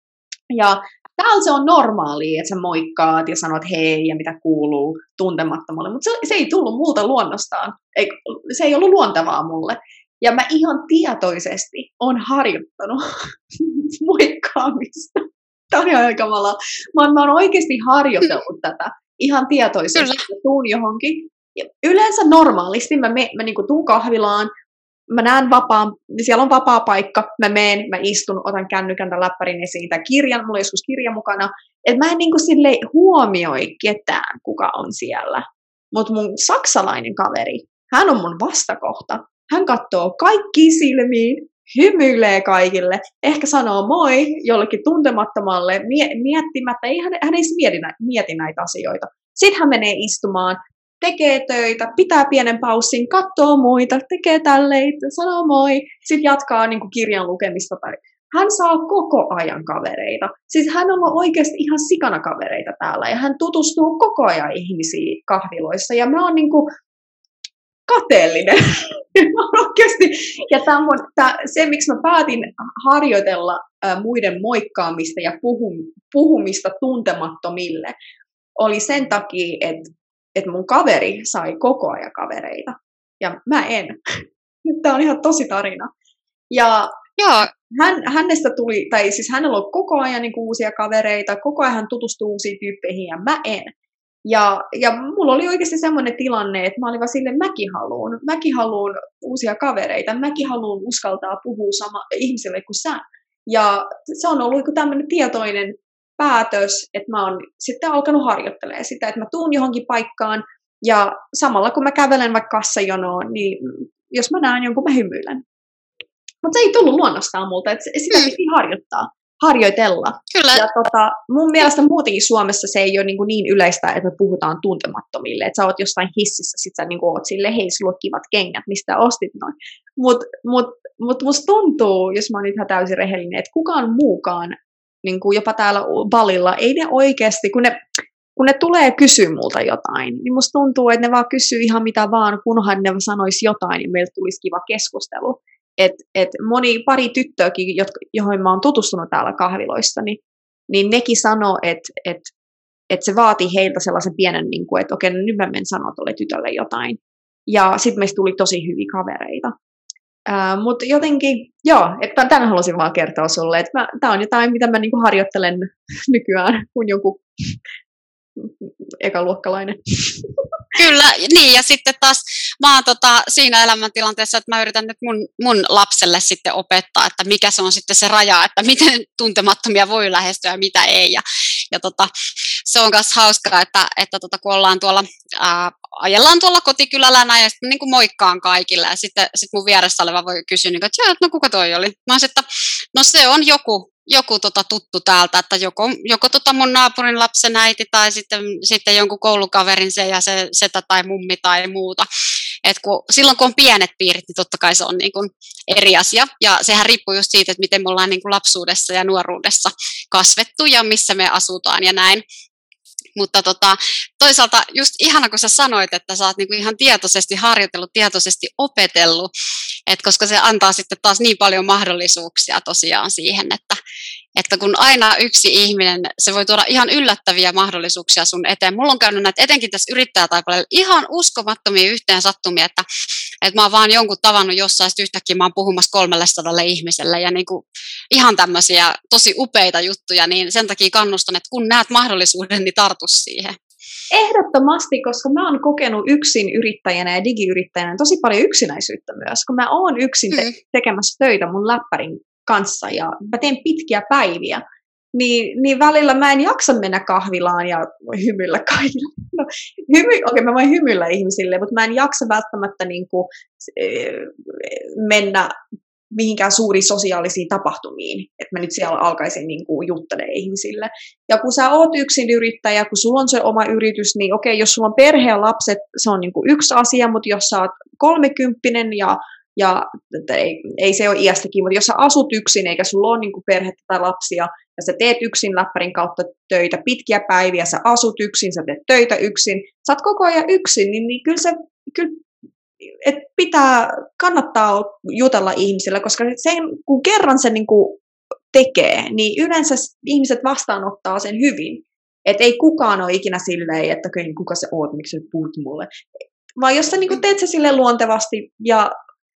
Ja täällä se on normaalia, että sä moikkaat ja sanot hei ja mitä kuuluu tuntemattomalle. Mutta se, se ei tullut multa luonnostaan. Ei, se ei ollut luontevaa mulle. Ja mä ihan tietoisesti on harjoittanut moikkaamista. Tämä on aika kamalaa. Mä, mä oon oikeasti harjoitellut tätä ihan tietoisesti. Mä tuun johonkin. Ja yleensä normaalisti mä, me, mä niinku tuun kahvilaan, mä näen vapaan, siellä on vapaa paikka, mä menen, mä istun, otan kännykän tai läppärin esiin tai kirjan, mulla on joskus kirja mukana. Että mä en niinku silleen huomioi ketään, kuka on siellä. Mutta mun saksalainen kaveri, hän on mun vastakohta. Hän katsoo kaikkiin silmiin, hymyilee kaikille, ehkä sanoo moi jollekin tuntemattomalle, mie- miettimättä, ei hän, hän ei mieti, mieti näitä asioita. Sitten hän menee istumaan, tekee töitä, pitää pienen paussin, katsoo muita, tekee tälleen, sanoo moi, sitten jatkaa niin kuin kirjan lukemista. Tai hän saa koko ajan kavereita. Siis hän on oikeasti ihan sikana kavereita täällä ja hän tutustuu koko ajan ihmisiin kahviloissa ja mä oon niin kuin kateellinen. Oikeasti. Ja tämän, tämän, se, miksi mä päätin harjoitella ä, muiden moikkaamista ja puhum, puhumista tuntemattomille, oli sen takia, että, että mun kaveri sai koko ajan kavereita. Ja mä en. Tämä on ihan tosi tarina. Ja Joo. Hän, hänestä tuli, tai siis hänellä on koko ajan niin kuin uusia kavereita, koko ajan hän tutustuu uusiin tyyppeihin ja mä en. Ja, ja mulla oli oikeasti semmoinen tilanne, että mä olin vaan silleen, mäkin haluun, mäkin haluun uusia kavereita, mäkin haluun uskaltaa puhua sama, ihmisille kuin sä. Ja se on ollut tämmöinen tietoinen päätös, että mä oon sitten alkanut harjoittelemaan sitä, että mä tuun johonkin paikkaan ja samalla kun mä kävelen vaikka kassajonoon, niin jos mä näen jonkun, mä hymyilen. Mutta se ei tullut luonnostaan multa, että sitä mm. piti harjoittaa. harjoitella. Kyllä. Ja tota, mun mielestä muutenkin Suomessa se ei ole niin, niin yleistä, että me puhutaan tuntemattomille. Että sä oot jostain hississä, sit sä niin oot silleen, hei, sulla on kivat kengät, mistä ostit noin. Mutta mut, mut musta tuntuu, jos mä oon nyt ihan täysin rehellinen, että kukaan muukaan, niin kuin jopa täällä Balilla, ei ne oikeasti, kun ne, kun ne tulee kysyä multa jotain, niin musta tuntuu, että ne vaan kysyy ihan mitä vaan, kunhan ne sanois jotain, niin meiltä tulisi kiva keskustelu. Et, et moni, pari tyttöäkin, jotka, joihin mä oon tutustunut täällä kahviloissa, niin, niin nekin sanoo, että et, et se vaatii heiltä sellaisen pienen, niin kuin, että okei, no nyt mä menen sanoa tuolle tytölle jotain. Ja sitten meistä tuli tosi hyviä kavereita. Mutta jotenkin, joo, että tämän halusin vaan kertoa sulle, että tämä on jotain, mitä mä niinku harjoittelen nykyään, kun joku ekaluokkalainen. Kyllä, niin ja sitten taas mä oon tota, siinä elämäntilanteessa, että mä yritän nyt mun, mun lapselle sitten opettaa, että mikä se on sitten se raja, että miten tuntemattomia voi lähestyä ja mitä ei. Ja, ja tota, se on myös hauskaa, että, että tota, kun ollaan tuolla, ää, ajellaan tuolla kotikylällä näin, ja sitten niin kuin moikkaan kaikille. Ja sitten sit mun vieressä oleva voi kysyä, niin kuin, että no kuka toi oli? Mä oon, että no se on joku. joku tota tuttu täältä, että joko, joko tota mun naapurin lapsen äiti tai sitten, sitten jonkun koulukaverin se ja se setä tai mummi tai muuta. Et kun, silloin kun on pienet piirit, niin totta kai se on niin kuin eri asia. Ja sehän riippuu just siitä, että miten me ollaan niin kuin lapsuudessa ja nuoruudessa kasvettu ja missä me asutaan ja näin. Mutta tota, toisaalta just ihana, kun sä sanoit, että sä oot niinku ihan tietoisesti harjoitellut, tietoisesti opetellut, et koska se antaa sitten taas niin paljon mahdollisuuksia tosiaan siihen, että, että kun aina yksi ihminen, se voi tuoda ihan yllättäviä mahdollisuuksia sun eteen. Mulla on käynyt näitä etenkin tässä yrittäjätaipaleella ihan uskomattomia yhteen sattumia, että, että mä oon vaan jonkun tavannut jossain, sitten yhtäkkiä mä oon puhumassa kolmellesadalle ihmiselle ja niinku ihan tämmöisiä tosi upeita juttuja, niin sen takia kannustan, että kun näet mahdollisuuden, niin tartu siihen. Ehdottomasti, koska mä oon kokenut yksin yrittäjänä ja digiyrittäjänä tosi paljon yksinäisyyttä myös, kun mä oon yksin te- tekemässä töitä mun läppärin kanssa ja mä teen pitkiä päiviä, niin, niin välillä mä en jaksa mennä kahvilaan ja hymyillä kaikille. No, hymy, okei, okay, mä voin hymyillä ihmisille, mutta mä en jaksa välttämättä niin kuin, mennä mihinkään suuriin sosiaalisiin tapahtumiin, että mä nyt siellä alkaisin niin kuin juttelemaan ihmisille. Ja kun sä oot yksin yrittäjä, kun sulla on se oma yritys, niin okei, jos sulla on perhe ja lapset, se on niin kuin yksi asia, mutta jos sä oot kolmekymppinen ja, ja ei, ei se ole iästäkin, mutta jos sä asut yksin eikä sulla ole niin kuin perhettä tai lapsia, ja sä teet yksin läppärin kautta töitä pitkiä päiviä, sä asut yksin, sä teet töitä yksin, sä oot koko ajan yksin, niin, niin kyllä se, kyllä että pitää, kannattaa jutella ihmisillä, koska sen, kun kerran sen niin kuin tekee, niin yleensä ihmiset vastaanottaa sen hyvin. Että ei kukaan ole ikinä silleen, että kuka sä oot, miksi sä puhut mulle. Vaan jos sä niin kuin teet se silleen luontevasti ja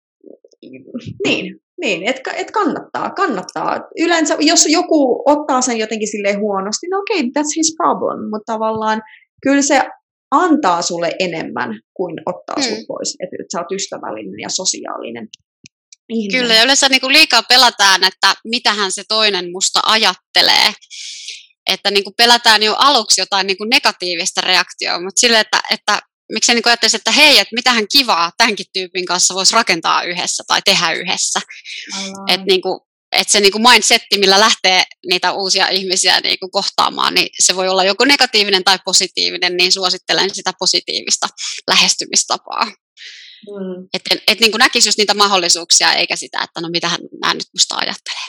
niin, niin että et kannattaa, kannattaa. Yleensä jos joku ottaa sen jotenkin silleen huonosti, no okei, okay, that's his problem, mutta tavallaan kyllä se antaa sulle enemmän kuin ottaa hmm. sut pois, että et sä oot ystävällinen ja sosiaalinen ihminen. Kyllä, ja yleensä niin kuin liikaa pelätään, että mitähän se toinen musta ajattelee. Että niin kuin pelätään jo aluksi jotain niin kuin negatiivista reaktioa, mutta sille, että, että miksi niin ajattelisi, että hei, että mitähän kivaa tämänkin tyypin kanssa voisi rakentaa yhdessä tai tehdä yhdessä. Että niin kuin että se niin kuin mindsetti, millä lähtee niitä uusia ihmisiä niin kuin kohtaamaan, niin se voi olla joko negatiivinen tai positiivinen, niin suosittelen sitä positiivista lähestymistapaa. Mm. Että et, niin kuin näkisi just niitä mahdollisuuksia, eikä sitä, että no mitähän nämä nyt musta ajattelee.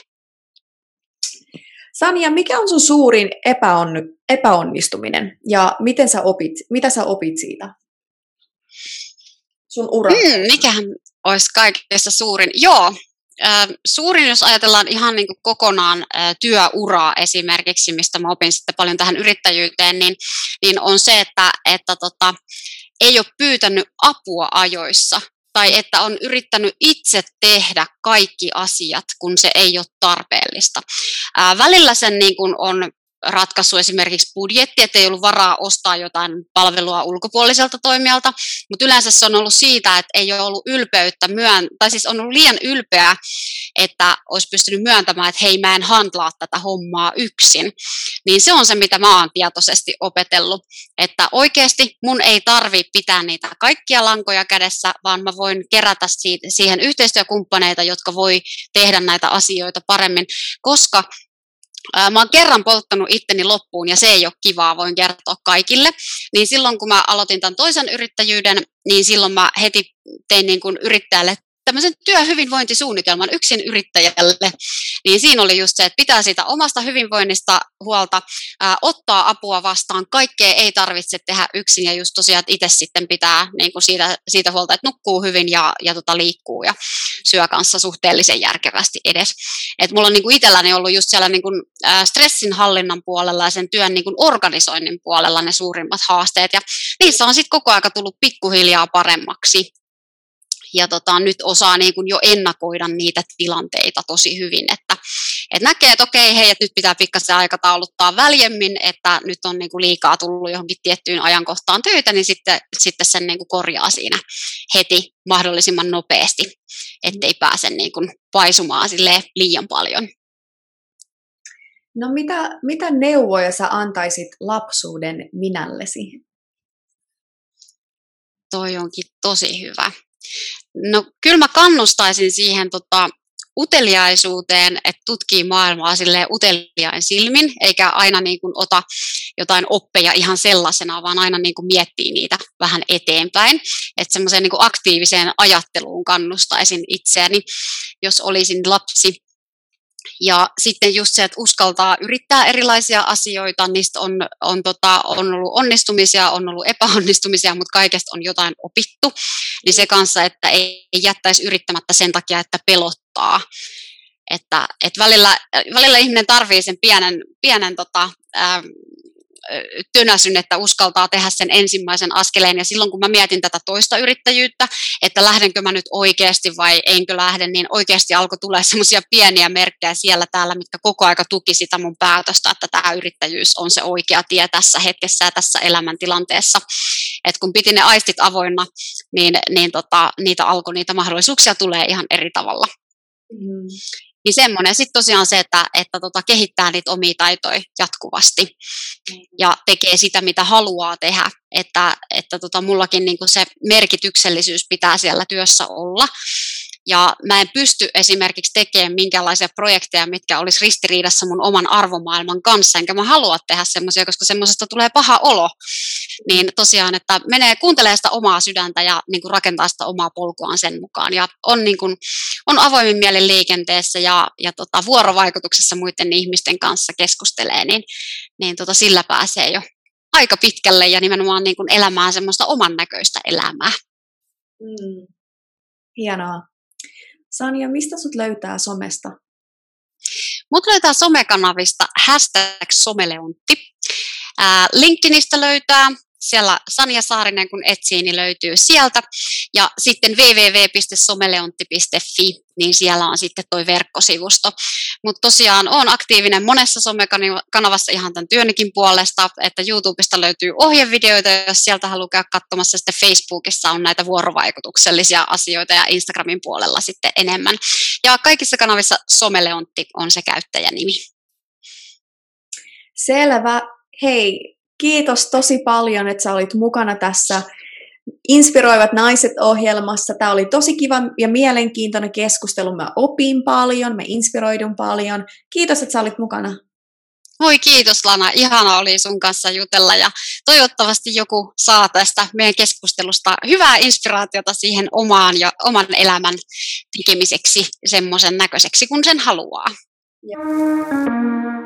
Sanja, mikä on sun suurin epäonn- epäonnistuminen ja miten sä opit, mitä sä opit siitä? Sun ura. Hmm, mikähän olisi kaikessa suurin? Joo, äh, suurin, jos ajatellaan ihan niin kuin kokonaan äh, työuraa esimerkiksi, mistä mä opin sitten paljon tähän yrittäjyyteen, niin, niin on se, että, että tota, ei ole pyytänyt apua ajoissa. Tai että on yrittänyt itse tehdä kaikki asiat, kun se ei ole tarpeellista. Ää, välillä sen niin kuin on ratkaisu esimerkiksi budjetti, että ei ollut varaa ostaa jotain palvelua ulkopuoliselta toimijalta, mutta yleensä se on ollut siitä, että ei ole ollut ylpeyttä, myön, tai siis on ollut liian ylpeä, että olisi pystynyt myöntämään, että hei, mä en handlaa tätä hommaa yksin. Niin se on se, mitä mä oon tietoisesti opetellut, että oikeasti mun ei tarvitse pitää niitä kaikkia lankoja kädessä, vaan mä voin kerätä siitä, siihen yhteistyökumppaneita, jotka voi tehdä näitä asioita paremmin, koska mä oon kerran polttanut itteni loppuun ja se ei ole kivaa, voin kertoa kaikille. Niin silloin kun mä aloitin tämän toisen yrittäjyyden, niin silloin mä heti tein niin kuin yrittäjälle tämmöisen työhyvinvointisuunnitelman yksin yrittäjälle, niin siinä oli just se, että pitää siitä omasta hyvinvoinnista huolta, ää, ottaa apua vastaan, kaikkea ei tarvitse tehdä yksin ja just tosiaan, että itse sitten pitää niin kuin siitä, siitä huolta, että nukkuu hyvin ja, ja tota, liikkuu ja syö kanssa suhteellisen järkevästi edes. Et mulla on niin kuin itselläni ollut just siellä niin kuin, ää, stressinhallinnan puolella ja sen työn niin kuin organisoinnin puolella ne suurimmat haasteet ja niissä on sitten koko aika tullut pikkuhiljaa paremmaksi. Ja tota, nyt osaa niin kuin jo ennakoida niitä tilanteita tosi hyvin, että et näkee, että okei, hei, että nyt pitää pikkasen aikatauluttaa väljemmin, että nyt on niin kuin liikaa tullut johonkin tiettyyn ajankohtaan töitä, niin sitten, sitten sen niin kuin korjaa siinä heti mahdollisimman nopeasti, ettei pääse niin kuin paisumaan silleen liian paljon. No mitä, mitä neuvoja sä antaisit lapsuuden minällesi? Toi onkin tosi hyvä. No kyllä mä kannustaisin siihen tota, uteliaisuuteen, että tutkii maailmaa silleen uteliain silmin, eikä aina niin kuin ota jotain oppeja ihan sellaisena, vaan aina niin kuin miettii niitä vähän eteenpäin. Että semmoiseen niin kuin aktiiviseen ajatteluun kannustaisin itseäni, jos olisin lapsi. Ja sitten just se, että uskaltaa yrittää erilaisia asioita, niistä on, on, tota, on ollut onnistumisia, on ollut epäonnistumisia, mutta kaikesta on jotain opittu. Niin se kanssa, että ei jättäisi yrittämättä sen takia, että pelottaa. Että, että välillä, välillä ihminen tarvitsee sen pienen, pienen tota, ää, tönäsyn, että uskaltaa tehdä sen ensimmäisen askeleen. Ja silloin, kun mä mietin tätä toista yrittäjyyttä, että lähdenkö mä nyt oikeasti vai enkö lähde, niin oikeasti alkoi tulla semmoisia pieniä merkkejä siellä täällä, mitkä koko aika tuki sitä mun päätöstä, että tämä yrittäjyys on se oikea tie tässä hetkessä ja tässä elämäntilanteessa. Et kun piti ne aistit avoinna, niin, niin tota, niitä alkoi, niitä mahdollisuuksia tulee ihan eri tavalla. Mm. Niin semmoinen sitten tosiaan se, että, että tota, kehittää niitä omia taitoja jatkuvasti ja tekee sitä, mitä haluaa tehdä. Että, että tota, mullakin niinku se merkityksellisyys pitää siellä työssä olla. Ja mä en pysty esimerkiksi tekemään minkälaisia projekteja, mitkä olisi ristiriidassa mun oman arvomaailman kanssa, enkä mä halua tehdä semmoisia, koska semmoisesta tulee paha olo. Niin tosiaan, että menee kuuntelee sitä omaa sydäntä ja niin kuin rakentaa sitä omaa polkuaan sen mukaan. Ja on, niin kuin, on avoimin mielen liikenteessä ja, ja tota, vuorovaikutuksessa muiden ihmisten kanssa keskustelee, niin, niin tota, sillä pääsee jo aika pitkälle ja nimenomaan niin kuin elämään semmoista oman näköistä elämää. Mm. Hienoa. Sanja, mistä sut löytää somesta? Mut löytää somekanavista hashtag someleontti. Ää, linkkinistä löytää, siellä Sanja Saarinen kun etsii, niin löytyy sieltä. Ja sitten double-u double-u double-u piste someleontti piste fi, niin siellä on sitten toi verkkosivusto. Mutta tosiaan olen aktiivinen monessa somekanavassa ihan tämän työnikin puolesta, että YouTubesta löytyy ohjevideoita, jos sieltä haluaa käydä katsomassa. Sitten Facebookissa on näitä vuorovaikutuksellisia asioita ja Instagramin puolella sitten enemmän. Ja kaikissa kanavissa Someleontti on se käyttäjänimi. Selvä. Hei, kiitos tosi paljon, että sä olit mukana tässä Inspiroivat naiset -ohjelmassa. Tämä oli tosi kiva ja mielenkiintoinen keskustelu. Mä opin paljon, mä inspiroidun paljon. Kiitos, että sä olit mukana. Voi kiitos Lana, ihana oli sun kanssa jutella ja toivottavasti joku saa tästä meidän keskustelusta hyvää inspiraatiota siihen omaan ja oman elämän tekemiseksi semmoisen näköiseksi, kun sen haluaa. Ja.